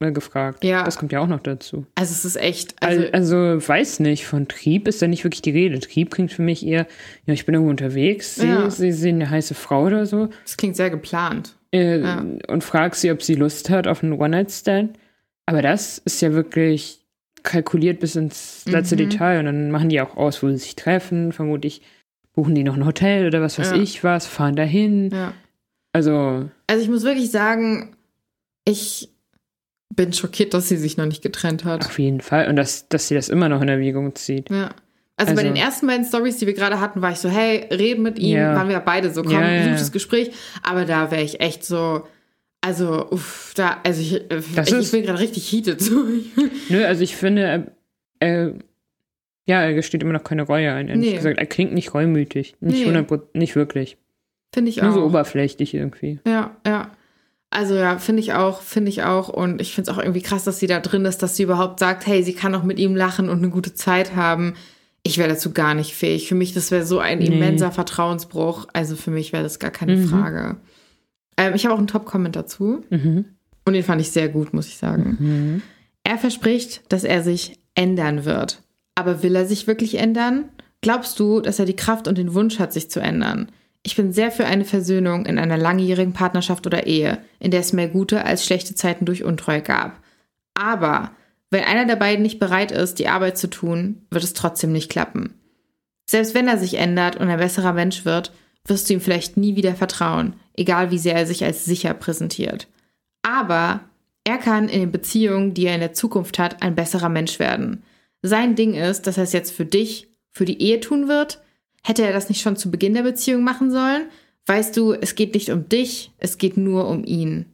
gefragt. Ja. Das kommt ja auch noch dazu. Also es ist echt... Also weiß nicht, von Trieb ist da nicht wirklich die Rede. Trieb klingt für mich eher, ja, ich bin irgendwo unterwegs, sie sehen eine heiße Frau oder so. Das klingt sehr geplant. Und frag sie, ob sie Lust hat auf einen One-Night-Stand. Aber das ist ja wirklich kalkuliert bis ins letzte Detail. Und dann machen die auch aus, wo sie sich treffen. Vermutlich buchen die noch ein Hotel oder was weiß ich was, fahren dahin. Ja. Also ich muss wirklich sagen, ich bin schockiert, dass sie sich noch nicht getrennt hat. Auf jeden Fall. Und dass sie das immer noch in Erwägung zieht. Ja. Also bei den ersten beiden Storys, die wir gerade hatten, war ich so, hey, reden mit ihm. Waren wir ja beide so, komm, gutes Gespräch. Aber da wäre ich echt so... Also, ich bin gerade richtig heated. Nö, also ich finde, er gesteht immer noch keine Reue ein. Ehrlich gesagt, er klingt nicht reumütig. Nicht 100%, nicht wirklich. Finde ich auch. Nur so oberflächlich irgendwie. Ja. Also ja, finde ich auch. Und ich finde es auch irgendwie krass, dass sie da drin ist, dass sie überhaupt sagt, hey, sie kann auch mit ihm lachen und eine gute Zeit haben. Ich wäre dazu gar nicht fähig. Für mich, das wäre so ein immenser Vertrauensbruch. Also für mich wäre das gar keine Frage. Ich habe auch einen Top-Comment dazu. Und den fand ich sehr gut, muss ich sagen. Er verspricht, dass er sich ändern wird. Aber will er sich wirklich ändern? Glaubst du, dass er die Kraft und den Wunsch hat, sich zu ändern? Ich bin sehr für eine Versöhnung in einer langjährigen Partnerschaft oder Ehe, in der es mehr gute als schlechte Zeiten durch Untreue gab. Aber wenn einer der beiden nicht bereit ist, die Arbeit zu tun, wird es trotzdem nicht klappen. Selbst wenn er sich ändert und ein besserer Mensch wird, wirst du ihm vielleicht nie wieder vertrauen, egal wie sehr er sich als sicher präsentiert. Aber er kann in den Beziehungen, die er in der Zukunft hat, ein besserer Mensch werden. Sein Ding ist, dass er es jetzt für dich, für die Ehe tun wird. Hätte er das nicht schon zu Beginn der Beziehung machen sollen? Weißt du, es geht nicht um dich, es geht nur um ihn.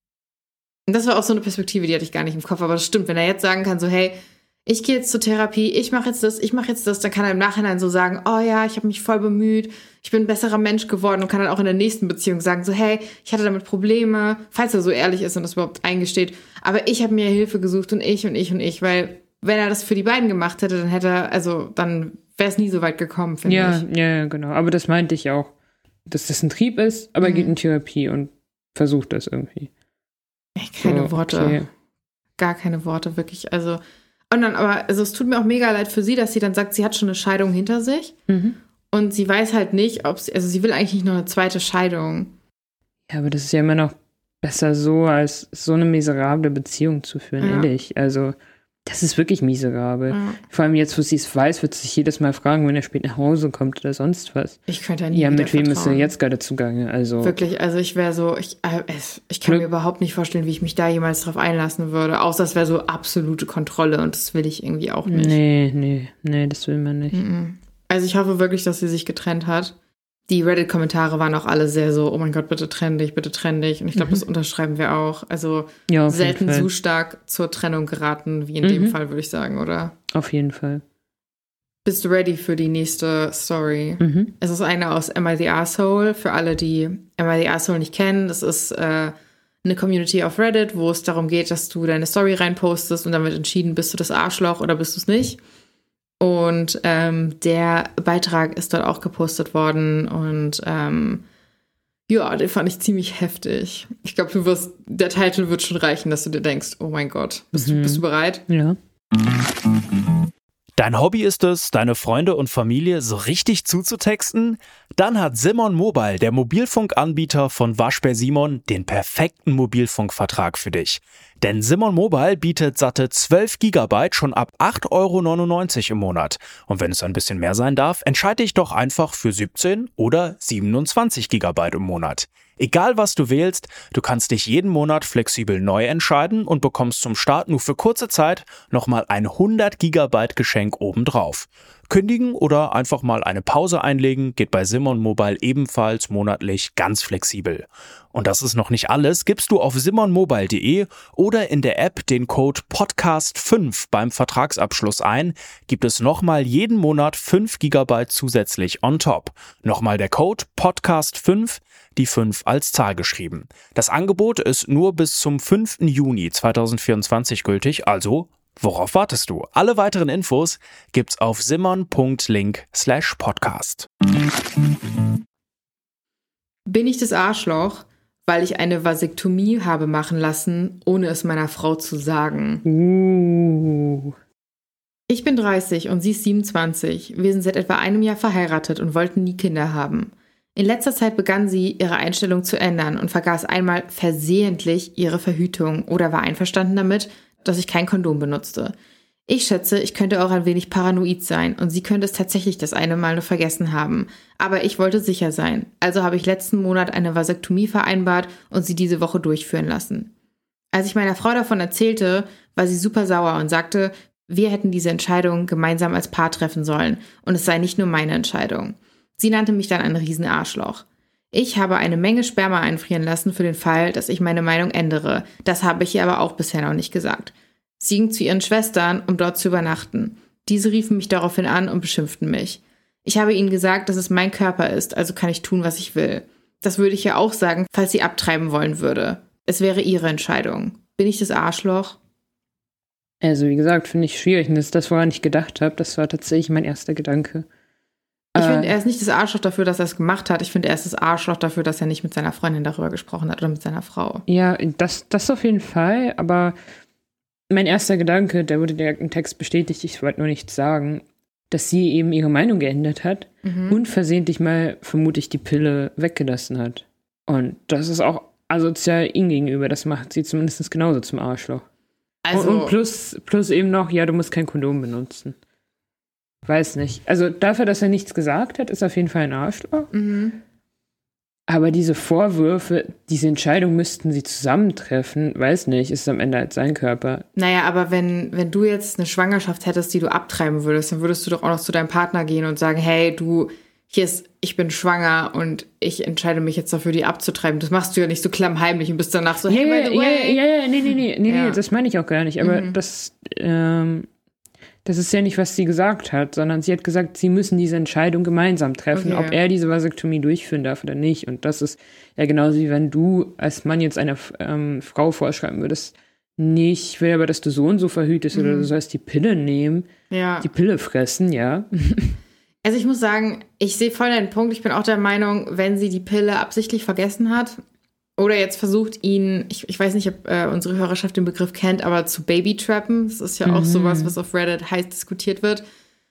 Und das war auch so eine Perspektive, die hatte ich gar nicht im Kopf, aber das stimmt, wenn er jetzt sagen kann, so hey, ich gehe jetzt zur Therapie, ich mache jetzt das, dann kann er im Nachhinein so sagen, oh ja, ich habe mich voll bemüht, ich bin ein besserer Mensch geworden und kann dann auch in der nächsten Beziehung sagen, so hey, ich hatte damit Probleme, falls er so ehrlich ist und das überhaupt eingesteht, aber ich habe mir Hilfe gesucht und ich, weil wenn er das für die beiden gemacht hätte, dann wäre es nie so weit gekommen, finde ich. Ja, genau, aber das meinte ich auch, dass das ein Trieb ist, aber er geht in Therapie und versucht das irgendwie. Keine Worte, okay. Gar keine Worte, wirklich, Und dann aber, es tut mir auch mega leid für sie, dass sie dann sagt, sie hat schon eine Scheidung hinter sich. Und sie weiß halt nicht, sie will eigentlich nicht noch eine zweite Scheidung. Ja, aber das ist ja immer noch besser so, als so eine miserable Beziehung zu führen, ehrlich. Also, das ist wirklich miserabel. Ja. Vor allem jetzt, wo sie es weiß, wird sie sich jedes Mal fragen, wenn er spät nach Hause kommt oder sonst was. Ich könnte ja nie Ja, mit wem ist er jetzt gerade zugange? Also wirklich, ich wäre so, ich kann mir überhaupt nicht vorstellen, wie ich mich da jemals drauf einlassen würde. Außer es wäre so absolute Kontrolle und das will ich irgendwie auch nicht. Nee, das will man nicht. Also ich hoffe wirklich, dass sie sich getrennt hat. Die Reddit-Kommentare waren auch alle sehr so, oh mein Gott, bitte trenn dich. Und ich glaube, das unterschreiben wir auch. Also ja, selten so stark zur Trennung geraten, wie in dem Fall, würde ich sagen, oder? Auf jeden Fall. Bist du ready für die nächste Story? Es ist eine aus Am I the Arsehole. Für alle, die Am I the Arsehole nicht kennen, das ist eine Community auf Reddit, wo es darum geht, dass du deine Story reinpostest und dann wird entschieden, bist du das Arschloch oder bist du es nicht. Und der Beitrag ist dort auch gepostet worden und den fand ich ziemlich heftig. Ich glaube, der Titel wird schon reichen, dass du dir denkst, oh mein Gott, bist du bereit? Ja. Dein Hobby ist es, deine Freunde und Familie so richtig zuzutexten? Dann hat Simon Mobile, der Mobilfunkanbieter von Waschbär Simon, den perfekten Mobilfunkvertrag für dich. Denn Simon Mobile bietet satte 12 GB schon ab 8,99 € im Monat. Und wenn es ein bisschen mehr sein darf, entscheide dich doch einfach für 17 oder 27 GB im Monat. Egal was du wählst, du kannst dich jeden Monat flexibel neu entscheiden und bekommst zum Start nur für kurze Zeit nochmal ein 100 GB Geschenk obendrauf. Kündigen oder einfach mal eine Pause einlegen geht bei Simon Mobile ebenfalls monatlich ganz flexibel. Und das ist noch nicht alles. Gibst du auf simonmobile.de oder in der App den Code PODCAST5 beim Vertragsabschluss ein, gibt es nochmal jeden Monat 5 GB zusätzlich on top. Nochmal der Code PODCAST5, die 5 als Zahl geschrieben. Das Angebot ist nur bis zum 5. Juni 2024 gültig, also worauf wartest du? Alle weiteren Infos gibt's auf simon.link/podcast. Bin ich das Arschloch? weil ich eine Vasektomie habe machen lassen, ohne es meiner Frau zu sagen. Ich bin 30 und sie ist 27. Wir sind seit etwa einem Jahr verheiratet und wollten nie Kinder haben. In letzter Zeit begann sie, ihre Einstellung zu ändern und vergaß einmal versehentlich ihre Verhütung oder war einverstanden damit, dass ich kein Kondom benutzte. Ich schätze, ich könnte auch ein wenig paranoid sein und sie könnte es tatsächlich das eine Mal nur vergessen haben. Aber ich wollte sicher sein. Also habe ich letzten Monat eine Vasektomie vereinbart und sie diese Woche durchführen lassen. Als ich meiner Frau davon erzählte, war sie super sauer und sagte, wir hätten diese Entscheidung gemeinsam als Paar treffen sollen und es sei nicht nur meine Entscheidung. Sie nannte mich dann ein Riesenarschloch. Ich habe eine Menge Sperma einfrieren lassen für den Fall, dass ich meine Meinung ändere. Das habe ich ihr aber auch bisher noch nicht gesagt. Sie ging zu ihren Schwestern, um dort zu übernachten. Diese riefen mich daraufhin an und beschimpften mich. Ich habe ihnen gesagt, dass es mein Körper ist, also kann ich tun, was ich will. Das würde ich ja auch sagen, falls sie abtreiben wollen würde. Es wäre ihre Entscheidung. Bin ich das Arschloch? Also wie gesagt, finde ich schwierig. Und das ist das, woran ich gedacht habe. Das war tatsächlich mein erster Gedanke. Ich finde, er ist nicht das Arschloch dafür, dass er es gemacht hat. Ich finde, er ist das Arschloch dafür, dass er nicht mit seiner Freundin darüber gesprochen hat oder mit seiner Frau. Ja, das auf jeden Fall. Aber mein erster Gedanke, der wurde direkt im Text bestätigt, ich wollte nur nichts sagen, dass sie eben ihre Meinung geändert hat und versehentlich mal, vermute ich, die Pille weggelassen hat. Und das ist auch asozial ihm gegenüber. Das macht sie zumindest genauso zum Arschloch. Also, und plus eben noch, ja, du musst kein Kondom benutzen. Weiß nicht. Also dafür, dass er nichts gesagt hat, ist auf jeden Fall ein Arschloch. Aber diese Vorwürfe, diese Entscheidung müssten sie zusammentreffen, weiß nicht, ist am Ende halt sein Körper. Naja, aber wenn du jetzt eine Schwangerschaft hättest, die du abtreiben würdest, dann würdest du doch auch noch zu deinem Partner gehen und sagen, hey, ich bin schwanger und ich entscheide mich jetzt dafür, die abzutreiben. Das machst du ja nicht so klammheimlich und bist danach so, hey, by the way. Nee, das meine ich auch gar nicht. Aber das ist ja nicht, was sie gesagt hat, sondern sie hat gesagt, sie müssen diese Entscheidung gemeinsam treffen, ob er diese Vasektomie durchführen darf oder nicht. Und das ist ja genauso wie wenn du als Mann jetzt einer Frau vorschreiben würdest, nicht, ich will aber, dass du so und so verhütest oder du sollst die Pille nehmen, die Pille fressen, ja. Also ich muss sagen, ich sehe voll deinen Punkt. Ich bin auch der Meinung, wenn sie die Pille absichtlich vergessen hat oder jetzt versucht, ihn, ich weiß nicht, ob unsere Hörerschaft den Begriff kennt, aber zu Babytrappen, das ist ja auch sowas, was auf Reddit heiß diskutiert wird,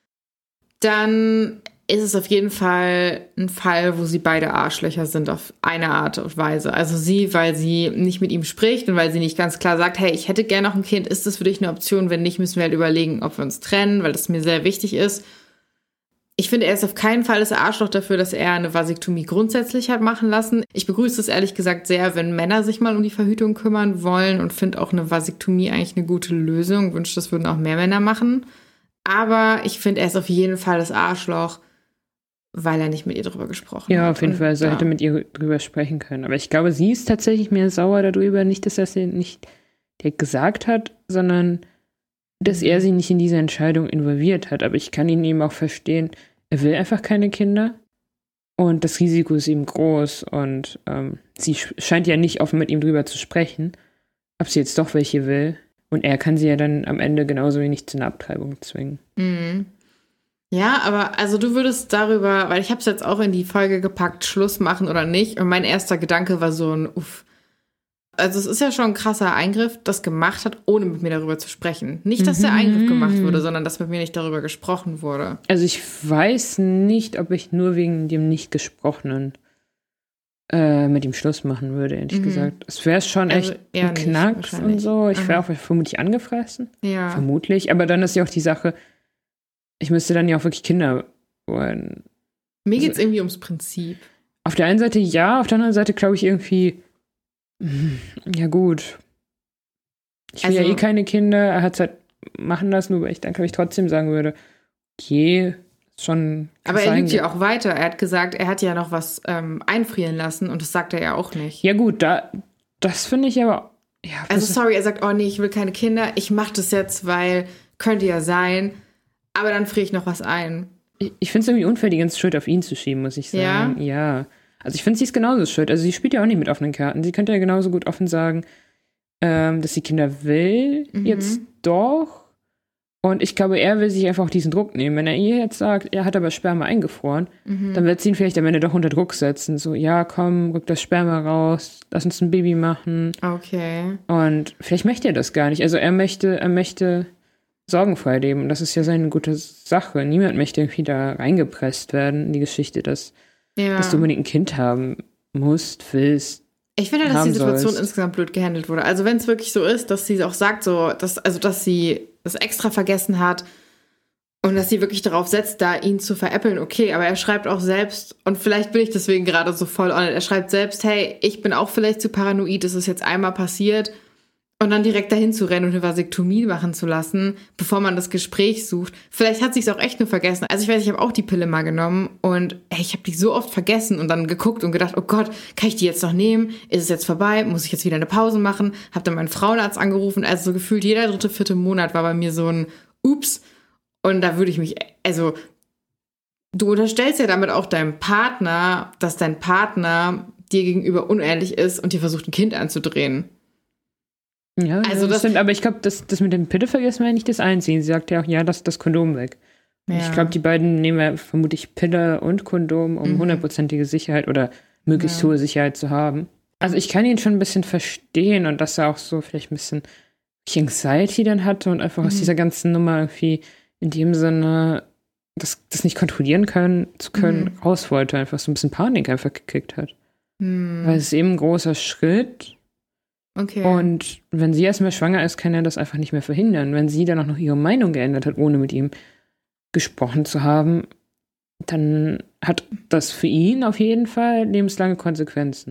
dann ist es auf jeden Fall ein Fall, wo sie beide Arschlöcher sind auf eine Art und Weise. Also sie, weil sie nicht mit ihm spricht und weil sie nicht ganz klar sagt, hey, ich hätte gerne noch ein Kind, ist das für dich eine Option? Wenn nicht, müssen wir halt überlegen, ob wir uns trennen, weil das mir sehr wichtig ist. Ich finde, er ist auf keinen Fall das Arschloch dafür, dass er eine Vasektomie grundsätzlich hat machen lassen. Ich begrüße es ehrlich gesagt sehr, wenn Männer sich mal um die Verhütung kümmern wollen und finde auch eine Vasektomie eigentlich eine gute Lösung. Wünsche, das würden auch mehr Männer machen. Aber ich finde, er ist auf jeden Fall das Arschloch, weil er nicht mit ihr drüber gesprochen hat. Ja, auf jeden Fall. Er hätte mit ihr drüber sprechen können. Aber ich glaube, sie ist tatsächlich mehr sauer darüber. Nicht, dass er sie nicht direkt gesagt hat, sondern dass er sie nicht in diese Entscheidung involviert hat. Aber ich kann ihn eben auch verstehen, er will einfach keine Kinder und das Risiko ist eben groß und sie scheint ja nicht offen mit ihm drüber zu sprechen, ob sie jetzt doch welche will. Und er kann sie ja dann am Ende genauso wenig zu einer Abtreibung zwingen. Ja, aber also du würdest darüber, weil ich habe es jetzt auch in die Folge gepackt, Schluss machen oder nicht. Und mein erster Gedanke war so ein Uff. Also es ist ja schon ein krasser Eingriff, das gemacht hat, ohne mit mir darüber zu sprechen. Nicht, dass der Eingriff gemacht wurde, sondern dass mit mir nicht darüber gesprochen wurde. Also ich weiß nicht, ob ich nur wegen dem Nicht-Gesprochenen mit ihm Schluss machen würde, ehrlich gesagt. Es wäre schon echt ein Knacks und so. Ich wäre auch vermutlich angefressen. Ja. Vermutlich. Aber dann ist ja auch die Sache, ich müsste dann ja auch wirklich Kinder wollen. Mir geht's irgendwie ums Prinzip. Auf der einen Seite ja, auf der anderen Seite glaube ich irgendwie, ja gut. Ich will ja eh keine Kinder. Er hat es halt machen lassen, wobei ich dann, glaube ich, trotzdem sagen würde, okay, schon. Aber er lügt ja auch weiter. Er hat gesagt, er hat ja noch was einfrieren lassen und das sagt er ja auch nicht. Ja gut, das finde ich aber. Ja, also sorry, er sagt, oh nee, ich will keine Kinder. Ich mache das jetzt, weil könnte ja sein. Aber dann friere ich noch was ein. Ich finde es irgendwie unfair, die ganze Schuld auf ihn zu schieben, muss ich sagen. Ja. Also ich finde, sie ist genauso schuld. Also sie spielt ja auch nicht mit offenen Karten. Sie könnte ja genauso gut offen sagen, dass sie Kinder will, jetzt doch. Und ich glaube, er will sich einfach auch diesen Druck nehmen. Wenn er ihr jetzt sagt, er hat aber Sperma eingefroren, dann wird sie ihn vielleicht am Ende doch unter Druck setzen. So, ja, komm, rück das Sperma raus, lass uns ein Baby machen. Okay. Und vielleicht möchte er das gar nicht. Also er möchte sorgenfrei leben. Und das ist ja seine gute Sache. Niemand möchte irgendwie da reingepresst werden in die Geschichte, dass du unbedingt ein Kind haben musst, willst. Ich finde, dass die Situation insgesamt blöd gehandelt wurde. Also wenn es wirklich so ist, dass sie auch sagt, so, dass sie das extra vergessen hat und dass sie wirklich darauf setzt, da ihn zu veräppeln, okay, aber er schreibt auch selbst, und vielleicht bin ich deswegen gerade so voll on it, er schreibt selbst, hey, ich bin auch vielleicht zu paranoid, es ist jetzt einmal passiert, und dann direkt dahin zu rennen und eine Vasektomie machen zu lassen, bevor man das Gespräch sucht. Vielleicht hat sie es auch echt nur vergessen. Also ich weiß, ich habe auch die Pille mal genommen und ich habe die so oft vergessen und dann geguckt und gedacht, oh Gott, kann ich die jetzt noch nehmen? Ist es jetzt vorbei? Muss ich jetzt wieder eine Pause machen? Habe dann meinen Frauenarzt angerufen. Also so gefühlt jeder 3., 4. Monat war bei mir so ein Ups. Und da würde ich mich, also du unterstellst ja damit auch deinem Partner, dass dein Partner dir gegenüber unehrlich ist und dir versucht, ein Kind anzudrehen. Ja, also das stimmt, aber ich glaube, das mit dem Pille vergessen war ja nicht das Einzige. Sie sagt ja auch, ja, lass das Kondom weg. Ja. Ich glaube, die beiden nehmen ja vermutlich Pille und Kondom, um 100%ige Sicherheit oder möglichst hohe Sicherheit zu haben. Also ich kann ihn schon ein bisschen verstehen und dass er auch so vielleicht ein bisschen Anxiety dann hatte und einfach aus dieser ganzen Nummer irgendwie in dem Sinne das nicht kontrollieren zu können, raus wollte, einfach so ein bisschen Panik einfach gekickt hat. Weil es ist eben ein großer Schritt. Okay. Und wenn sie erstmal schwanger ist, kann er das einfach nicht mehr verhindern. Wenn sie dann auch noch ihre Meinung geändert hat, ohne mit ihm gesprochen zu haben, dann hat das für ihn auf jeden Fall lebenslange Konsequenzen.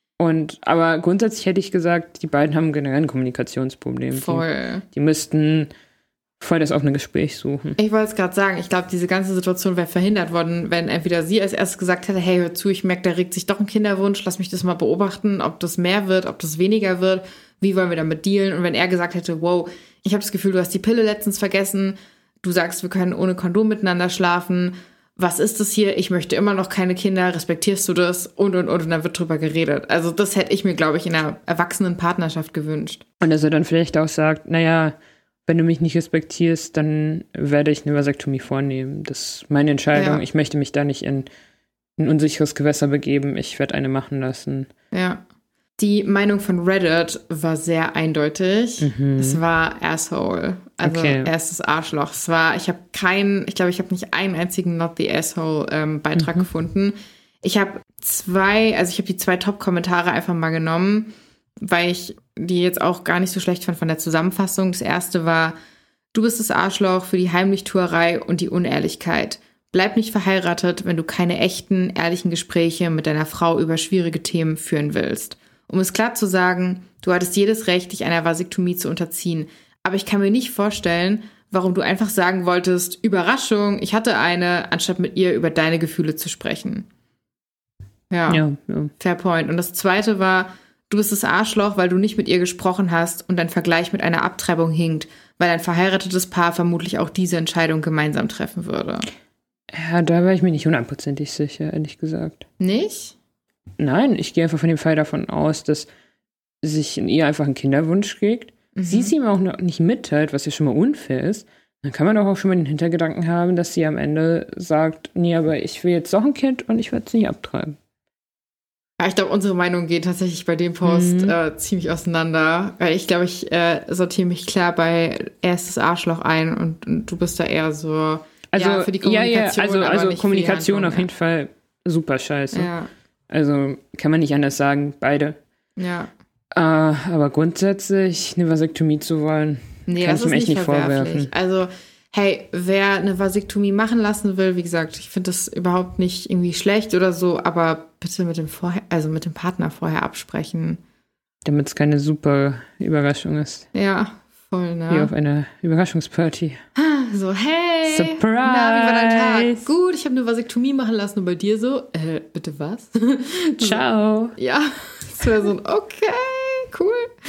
Aber grundsätzlich hätte ich gesagt, die beiden haben generell ein Kommunikationsproblem. Voll. Die müssten voll das offene Gespräch suchen. Ich wollte es gerade sagen, ich glaube, diese ganze Situation wäre verhindert worden, wenn entweder sie als erstes gesagt hätte, hey, hör zu, ich merke, da regt sich doch ein Kinderwunsch, lass mich das mal beobachten, ob das mehr wird, ob das weniger wird, wie wollen wir damit dealen? Und wenn er gesagt hätte, wow, ich habe das Gefühl, du hast die Pille letztens vergessen, du sagst, wir können ohne Kondom miteinander schlafen, was ist das hier? Ich möchte immer noch keine Kinder, respektierst du das? Und dann wird drüber geredet. Also das hätte ich mir, glaube ich, in einer erwachsenen Partnerschaft gewünscht. Und dass er dann vielleicht auch sagt, naja, wenn du mich nicht respektierst, dann werde ich eine Vasektomie vornehmen. Das ist meine Entscheidung. Ja. Ich möchte mich da nicht in ein unsicheres Gewässer begeben. Ich werde eine machen lassen. Ja. Die Meinung von Reddit war sehr eindeutig. Es war Asshole. Also er ist das Arschloch. Ich glaube, ich habe nicht einen einzigen Not the Asshole Beitrag gefunden. Ich habe die 2 Top-Kommentare einfach mal genommen, weil ich die jetzt auch gar nicht so schlecht fand von der Zusammenfassung. Das erste war, du bist das Arschloch für die Heimlichtuerei und die Unehrlichkeit. Bleib nicht verheiratet, wenn du keine echten, ehrlichen Gespräche mit deiner Frau über schwierige Themen führen willst. Um es klar zu sagen, du hattest jedes Recht, dich einer Vasektomie zu unterziehen. Aber ich kann mir nicht vorstellen, warum du einfach sagen wolltest, Überraschung, ich hatte eine, anstatt mit ihr über deine Gefühle zu sprechen. Ja. Fair point. Und das zweite war, du bist das Arschloch, weil du nicht mit ihr gesprochen hast und dein Vergleich mit einer Abtreibung hinkt, weil ein verheiratetes Paar vermutlich auch diese Entscheidung gemeinsam treffen würde. Ja, da war ich mir nicht 100% sicher, ehrlich gesagt. Nicht? Nein, ich gehe einfach von dem Fall davon aus, dass sich in ihr einfach ein Kinderwunsch kriegt. Sie es ihm auch noch nicht mitteilt, was ja schon mal unfair ist. Dann kann man doch auch schon mal den Hintergedanken haben, dass sie am Ende sagt, nee, aber ich will jetzt doch ein Kind und ich werde es nicht abtreiben. Ja, ich glaube, unsere Meinung geht tatsächlich bei dem Post ziemlich auseinander. Weil ich glaube, ich sortiere mich klar bei erstes Arschloch ein und du bist da eher so für die Kommunikation. Also Kommunikation auf jeden Fall super scheiße. Ja. Also kann man nicht anders sagen, beide. Ja. Aber grundsätzlich eine Vasektomie zu wollen, kann ich ihm echt nicht vorwerfen. Also, hey, wer eine Vasektomie machen lassen will, wie gesagt, ich finde das überhaupt nicht irgendwie schlecht oder so, aber bitte mit dem Partner vorher absprechen. Damit es keine super Überraschung ist. Ja, voll, ne? Wie auf einer Überraschungsparty. So, hey, Surprise! Na, wie war dein Tag? Gut, ich habe eine Vasektomie machen lassen und bei dir so, bitte was? Ciao. Ja, das wäre so ein, okay, cool.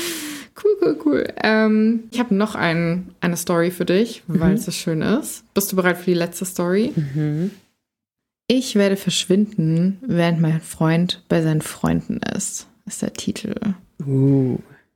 Ich habe noch eine Story für dich, weil es so schön ist. Bist du bereit für die letzte Story? Ich werde verschwinden, während mein Freund bei seinen Freunden ist der Titel.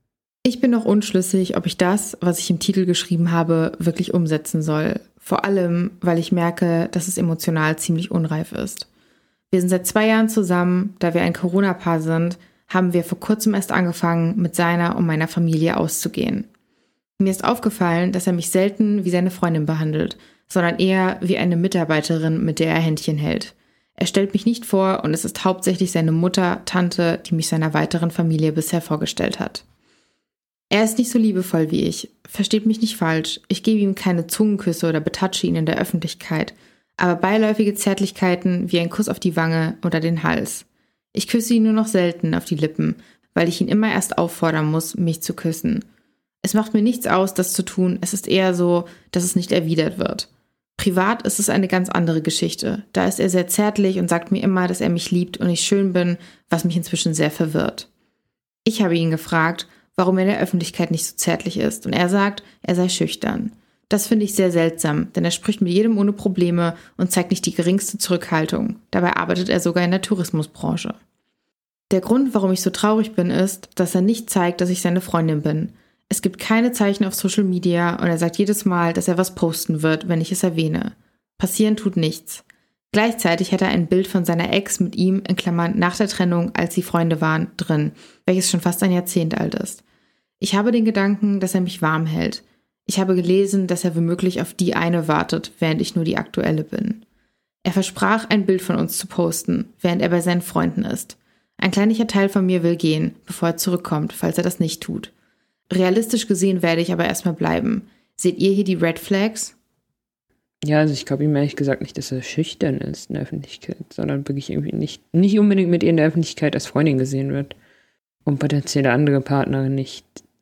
Ich bin noch unschlüssig, ob ich das, was ich im Titel geschrieben habe, wirklich umsetzen soll. Vor allem, weil ich merke, dass es emotional ziemlich unreif ist. Wir sind seit 2 Jahren zusammen, da wir ein Corona-Paar sind, haben wir vor kurzem erst angefangen, mit seiner und meiner Familie auszugehen. Mir ist aufgefallen, dass er mich selten wie seine Freundin behandelt, sondern eher wie eine Mitarbeiterin, mit der er Händchen hält. Er stellt mich nicht vor und es ist hauptsächlich seine Mutter, Tante, die mich seiner weiteren Familie bisher vorgestellt hat. Er ist nicht so liebevoll wie ich. Versteht mich nicht falsch. Ich gebe ihm keine Zungenküsse oder betatsche ihn in der Öffentlichkeit. Aber beiläufige Zärtlichkeiten wie ein Kuss auf die Wange oder den Hals. Ich küsse ihn nur noch selten auf die Lippen, weil ich ihn immer erst auffordern muss, mich zu küssen. Es macht mir nichts aus, das zu tun. Es ist eher so, dass es nicht erwidert wird. Privat ist es eine ganz andere Geschichte. Da ist er sehr zärtlich und sagt mir immer, dass er mich liebt und ich schön bin, was mich inzwischen sehr verwirrt. Ich habe ihn gefragt, warum er in der Öffentlichkeit nicht so zärtlich ist. Und er sagt, er sei schüchtern. Das finde ich sehr seltsam, denn er spricht mit jedem ohne Probleme und zeigt nicht die geringste Zurückhaltung. Dabei arbeitet er sogar in der Tourismusbranche. Der Grund, warum ich so traurig bin, ist, dass er nicht zeigt, dass ich seine Freundin bin. Es gibt keine Zeichen auf Social Media und er sagt jedes Mal, dass er was posten wird, wenn ich es erwähne. Passieren tut nichts. Gleichzeitig hat er ein Bild von seiner Ex mit ihm, in Klammern nach der Trennung, als sie Freunde waren, drin, welches schon fast ein Jahrzehnt alt ist. Ich habe den Gedanken, dass er mich warm hält. Ich habe gelesen, dass er womöglich auf die eine wartet, während ich nur die aktuelle bin. Er versprach, ein Bild von uns zu posten, während er bei seinen Freunden ist. Ein kleiner Teil von mir will gehen, bevor er zurückkommt, falls er das nicht tut. Realistisch gesehen werde ich aber erstmal bleiben. Seht ihr hier die Red Flags? Ja, also ich glaube ihm ehrlich gesagt nicht, dass er schüchtern ist in der Öffentlichkeit, sondern wirklich irgendwie nicht unbedingt mit ihr in der Öffentlichkeit als Freundin gesehen wird, um potenzielle andere Partner nicht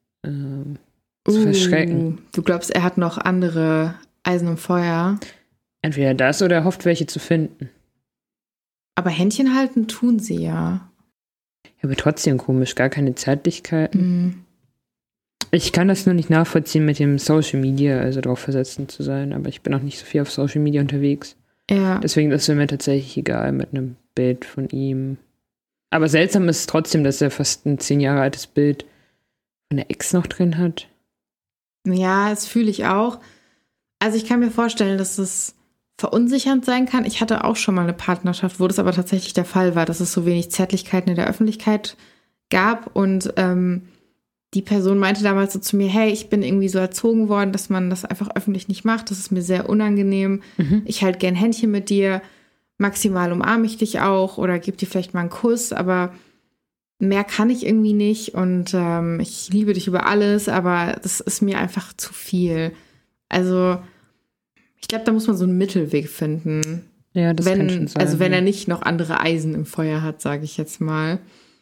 zu verschrecken. Du glaubst, er hat noch andere Eisen im Feuer? Entweder das oder er hofft, welche zu finden. Aber Händchen halten tun sie ja. Ja, aber trotzdem komisch, gar keine Zärtlichkeiten. Ich kann das nur nicht nachvollziehen mit dem Social Media, also darauf versetzen zu sein, aber ich bin auch nicht so viel auf Social Media unterwegs. Ja. Deswegen ist es mir tatsächlich egal mit einem Bild von ihm. Aber seltsam ist es trotzdem, dass er fast ein 10 Jahre altes Bild von der Ex noch drin hat. Ja, das fühle ich auch. Also ich kann mir vorstellen, dass es verunsichernd sein kann. Ich hatte auch schon mal eine Partnerschaft, wo das aber tatsächlich der Fall war, dass es so wenig Zärtlichkeiten in der Öffentlichkeit gab und die Person meinte damals so zu mir, hey, ich bin irgendwie so erzogen worden, dass man das einfach öffentlich nicht macht. Das ist mir sehr unangenehm. Ich halte gern Händchen mit dir. Maximal umarme ich dich auch oder gebe dir vielleicht mal einen Kuss, aber mehr kann ich irgendwie nicht und ich liebe dich über alles, aber das ist mir einfach zu viel. Also ich glaube, da muss man so einen Mittelweg finden. Ja, das kann schon sein. Also wenn er nicht noch andere Eisen im Feuer hat, sage ich jetzt mal.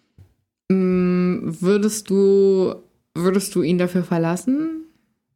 Würdest du ihn dafür verlassen?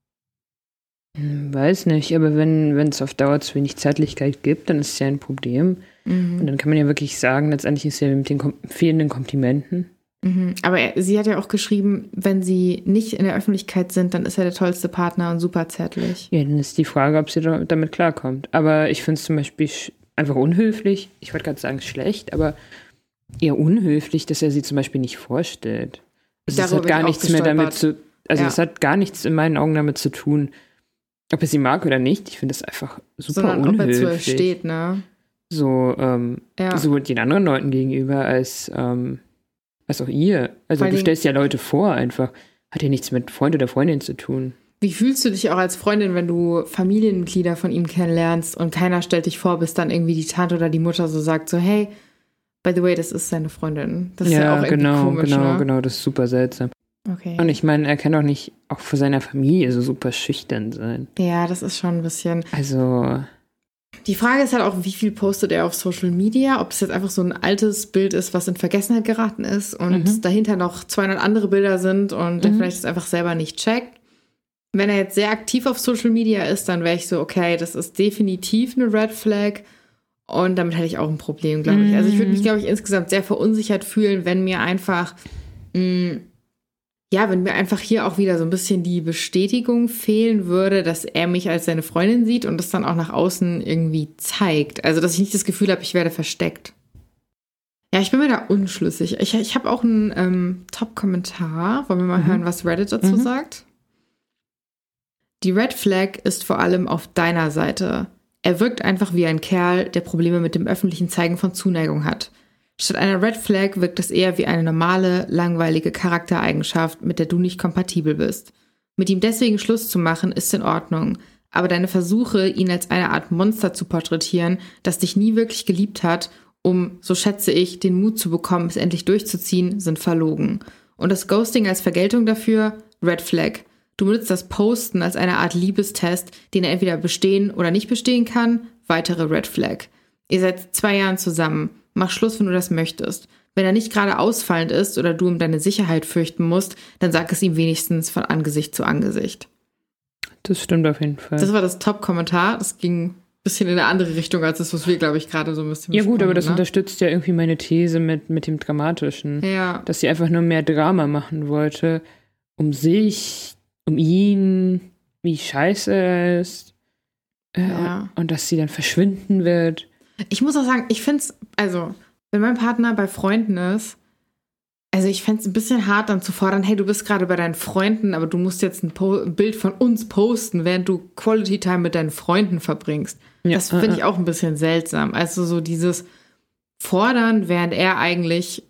Weiß nicht, aber wenn es auf Dauer zu wenig Zärtlichkeit gibt, dann ist es ja ein Problem. Und dann kann man ja wirklich sagen, letztendlich ist ja mit den fehlenden Komplimenten. Aber sie hat ja auch geschrieben, wenn sie nicht in der Öffentlichkeit sind, dann ist er der tollste Partner und super zärtlich. Ja, dann ist die Frage, ob sie damit klarkommt. Aber ich finde es zum Beispiel einfach unhöflich. Ich wollte gerade sagen schlecht, aber eher unhöflich, dass er sie zum Beispiel nicht vorstellt. Also es hat gar nichts mehr damit es hat gar nichts in meinen Augen damit zu tun, ob er sie mag oder nicht. Ich finde es einfach super sondern unhöflich. Ob er zu ihr steht, ne? So den anderen Leuten gegenüber als auch ihr. Also du stellst ja Leute vor einfach. Hat ja nichts mit Freund oder Freundin zu tun. Wie fühlst du dich auch als Freundin, wenn du Familienmitglieder von ihm kennenlernst und keiner stellt dich vor, bis dann irgendwie die Tante oder die Mutter so sagt, so hey, by the way, das ist seine Freundin. Das ist ja auch irgendwie komisch, genau, das ist super seltsam. Okay. Und ich meine, er kann doch nicht auch vor seiner Familie so super schüchtern sein. Ja, das ist schon ein bisschen. Also. Die Frage ist halt auch, wie viel postet er auf Social Media? Ob es jetzt einfach so ein altes Bild ist, was in Vergessenheit geraten ist und dahinter noch 200 andere Bilder sind und er vielleicht es einfach selber nicht checkt. Wenn er jetzt sehr aktiv auf Social Media ist, dann wäre ich so, okay, das ist definitiv eine Red Flag. Und damit hätte ich auch ein Problem, glaube ich. Also ich würde mich, glaube ich, insgesamt sehr verunsichert fühlen, wenn mir einfach, wenn mir einfach hier auch wieder so ein bisschen die Bestätigung fehlen würde, dass er mich als seine Freundin sieht und das dann auch nach außen irgendwie zeigt. Also dass ich nicht das Gefühl habe, ich werde versteckt. Ja, ich bin mir da unschlüssig. Ich habe auch einen Top-Kommentar. Wollen wir mal hören, was Reddit dazu sagt? Die Red Flag ist vor allem auf deiner Seite. Er wirkt einfach wie ein Kerl, der Probleme mit dem öffentlichen Zeigen von Zuneigung hat. Statt einer Red Flag wirkt es eher wie eine normale, langweilige Charaktereigenschaft, mit der du nicht kompatibel bist. Mit ihm deswegen Schluss zu machen, ist in Ordnung. Aber deine Versuche, ihn als eine Art Monster zu porträtieren, das dich nie wirklich geliebt hat, um, so schätze ich, den Mut zu bekommen, es endlich durchzuziehen, sind verlogen. Und das Ghosting als Vergeltung dafür? Red Flag. Du benutzt das Posten als eine Art Liebestest, den er entweder bestehen oder nicht bestehen kann. Weitere Red Flag. Ihr seid 2 Jahre zusammen. Mach Schluss, wenn du das möchtest. Wenn er nicht gerade ausfallend ist oder du um deine Sicherheit fürchten musst, dann sag es ihm wenigstens von Angesicht zu Angesicht. Das stimmt auf jeden Fall. Das war das Top-Kommentar. Das ging ein bisschen in eine andere Richtung als das, was wir, glaube ich, gerade so ein bisschen Ja gut, aber das unterstützt ja irgendwie meine These mit dem Dramatischen. Ja. Dass sie einfach nur mehr Drama machen wollte, um sich, um ihn, wie scheiße er ist. Und dass sie dann verschwinden wird. Ich muss auch sagen, ich finde es, also, wenn mein Partner bei Freunden ist, also ich fände es ein bisschen hart, dann zu fordern, hey, du bist gerade bei deinen Freunden, aber du musst jetzt ein Bild von uns posten, während du Quality Time mit deinen Freunden verbringst. Ja, das finde ich auch ein bisschen seltsam. Also so dieses Fordern, während er eigentlich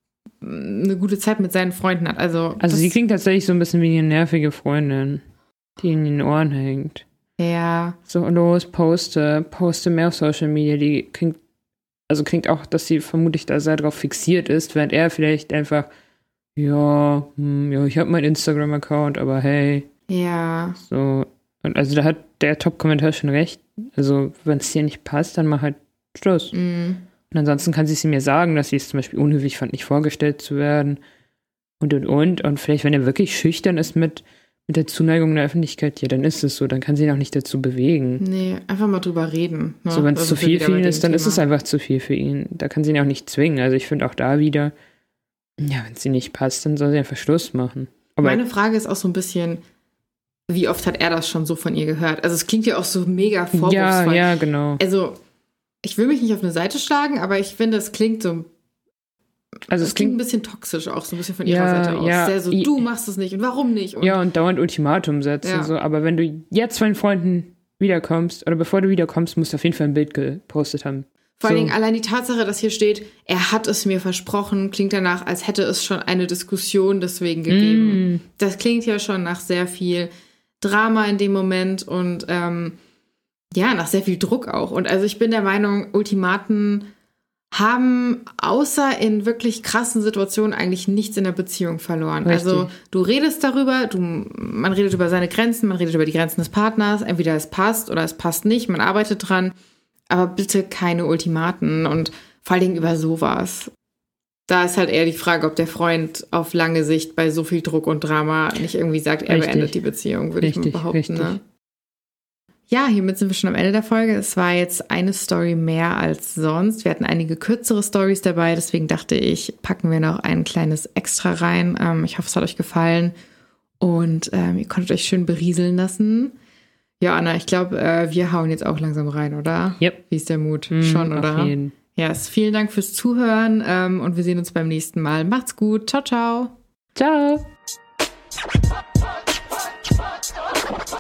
eine gute Zeit mit seinen Freunden hat. Also sie klingt tatsächlich so ein bisschen wie eine nervige Freundin, die in den Ohren hängt. Ja. So, los, poste mehr auf Social Media. Die klingt auch, dass sie vermutlich da sehr drauf fixiert ist, während er vielleicht einfach, ich habe meinen Instagram-Account, aber hey. Ja. So, und also da hat der Top-Kommentar schon recht. Also, wenn es dir nicht passt, dann mach halt Schluss. Und ansonsten kann sie es mir sagen, dass sie es zum Beispiel unhöflich fand, nicht vorgestellt zu werden. Und vielleicht, wenn er wirklich schüchtern ist mit der Zuneigung in der Öffentlichkeit, ja, dann ist es so, dann kann sie ihn auch nicht dazu bewegen. Nee, einfach mal drüber reden. Ne? So, wenn es zu viel für ihn ist, dann ist es einfach zu viel für ihn. Da kann sie ihn auch nicht zwingen. Also ich finde auch da wieder, ja, wenn es ihr nicht passt, dann soll sie einfach Schluss machen. Aber meine Frage ist auch so ein bisschen, wie oft hat er das schon so von ihr gehört? Also es klingt ja auch so mega vorwurfsvoll. Ja, genau. Also ich will mich nicht auf eine Seite schlagen, aber ich finde, es klingt so. Also es klingt ein bisschen toxisch auch, so ein bisschen von ihrer Seite aus. Sehr so, du machst es nicht und warum nicht? Und dauernd Ultimatum setzen. Ja. So. Aber wenn du jetzt von den Freunden wiederkommst, oder bevor du wiederkommst, musst du auf jeden Fall ein Bild gepostet haben. Vor allen Dingen allein die Tatsache, dass hier steht, er hat es mir versprochen, klingt danach, als hätte es schon eine Diskussion deswegen gegeben. Das klingt ja schon nach sehr viel Drama in dem Moment und nach sehr viel Druck auch. Und also ich bin der Meinung, Ultimaten haben außer in wirklich krassen Situationen eigentlich nichts in der Beziehung verloren. Richtig. Also du redest darüber, man redet über seine Grenzen, man redet über die Grenzen des Partners, entweder es passt oder es passt nicht, man arbeitet dran, aber bitte keine Ultimaten und vor allen Dingen über sowas. Da ist halt eher die Frage, ob der Freund auf lange Sicht bei so viel Druck und Drama nicht irgendwie sagt, er beendet die Beziehung, würde ich mal behaupten. Ne? Ja, hiermit sind wir schon am Ende der Folge. Es war jetzt eine Story mehr als sonst. Wir hatten einige kürzere Stories dabei, deswegen dachte ich, packen wir noch ein kleines Extra rein. Ich hoffe, es hat euch gefallen und ihr konntet euch schön berieseln lassen. Ja, Anna, ich glaube, wir hauen jetzt auch langsam rein, oder? Yep. Wie ist der Mut? Schon, oder? Auf jeden. Ja, vielen Dank fürs Zuhören und wir sehen uns beim nächsten Mal. Macht's gut. Ciao, ciao. Ciao.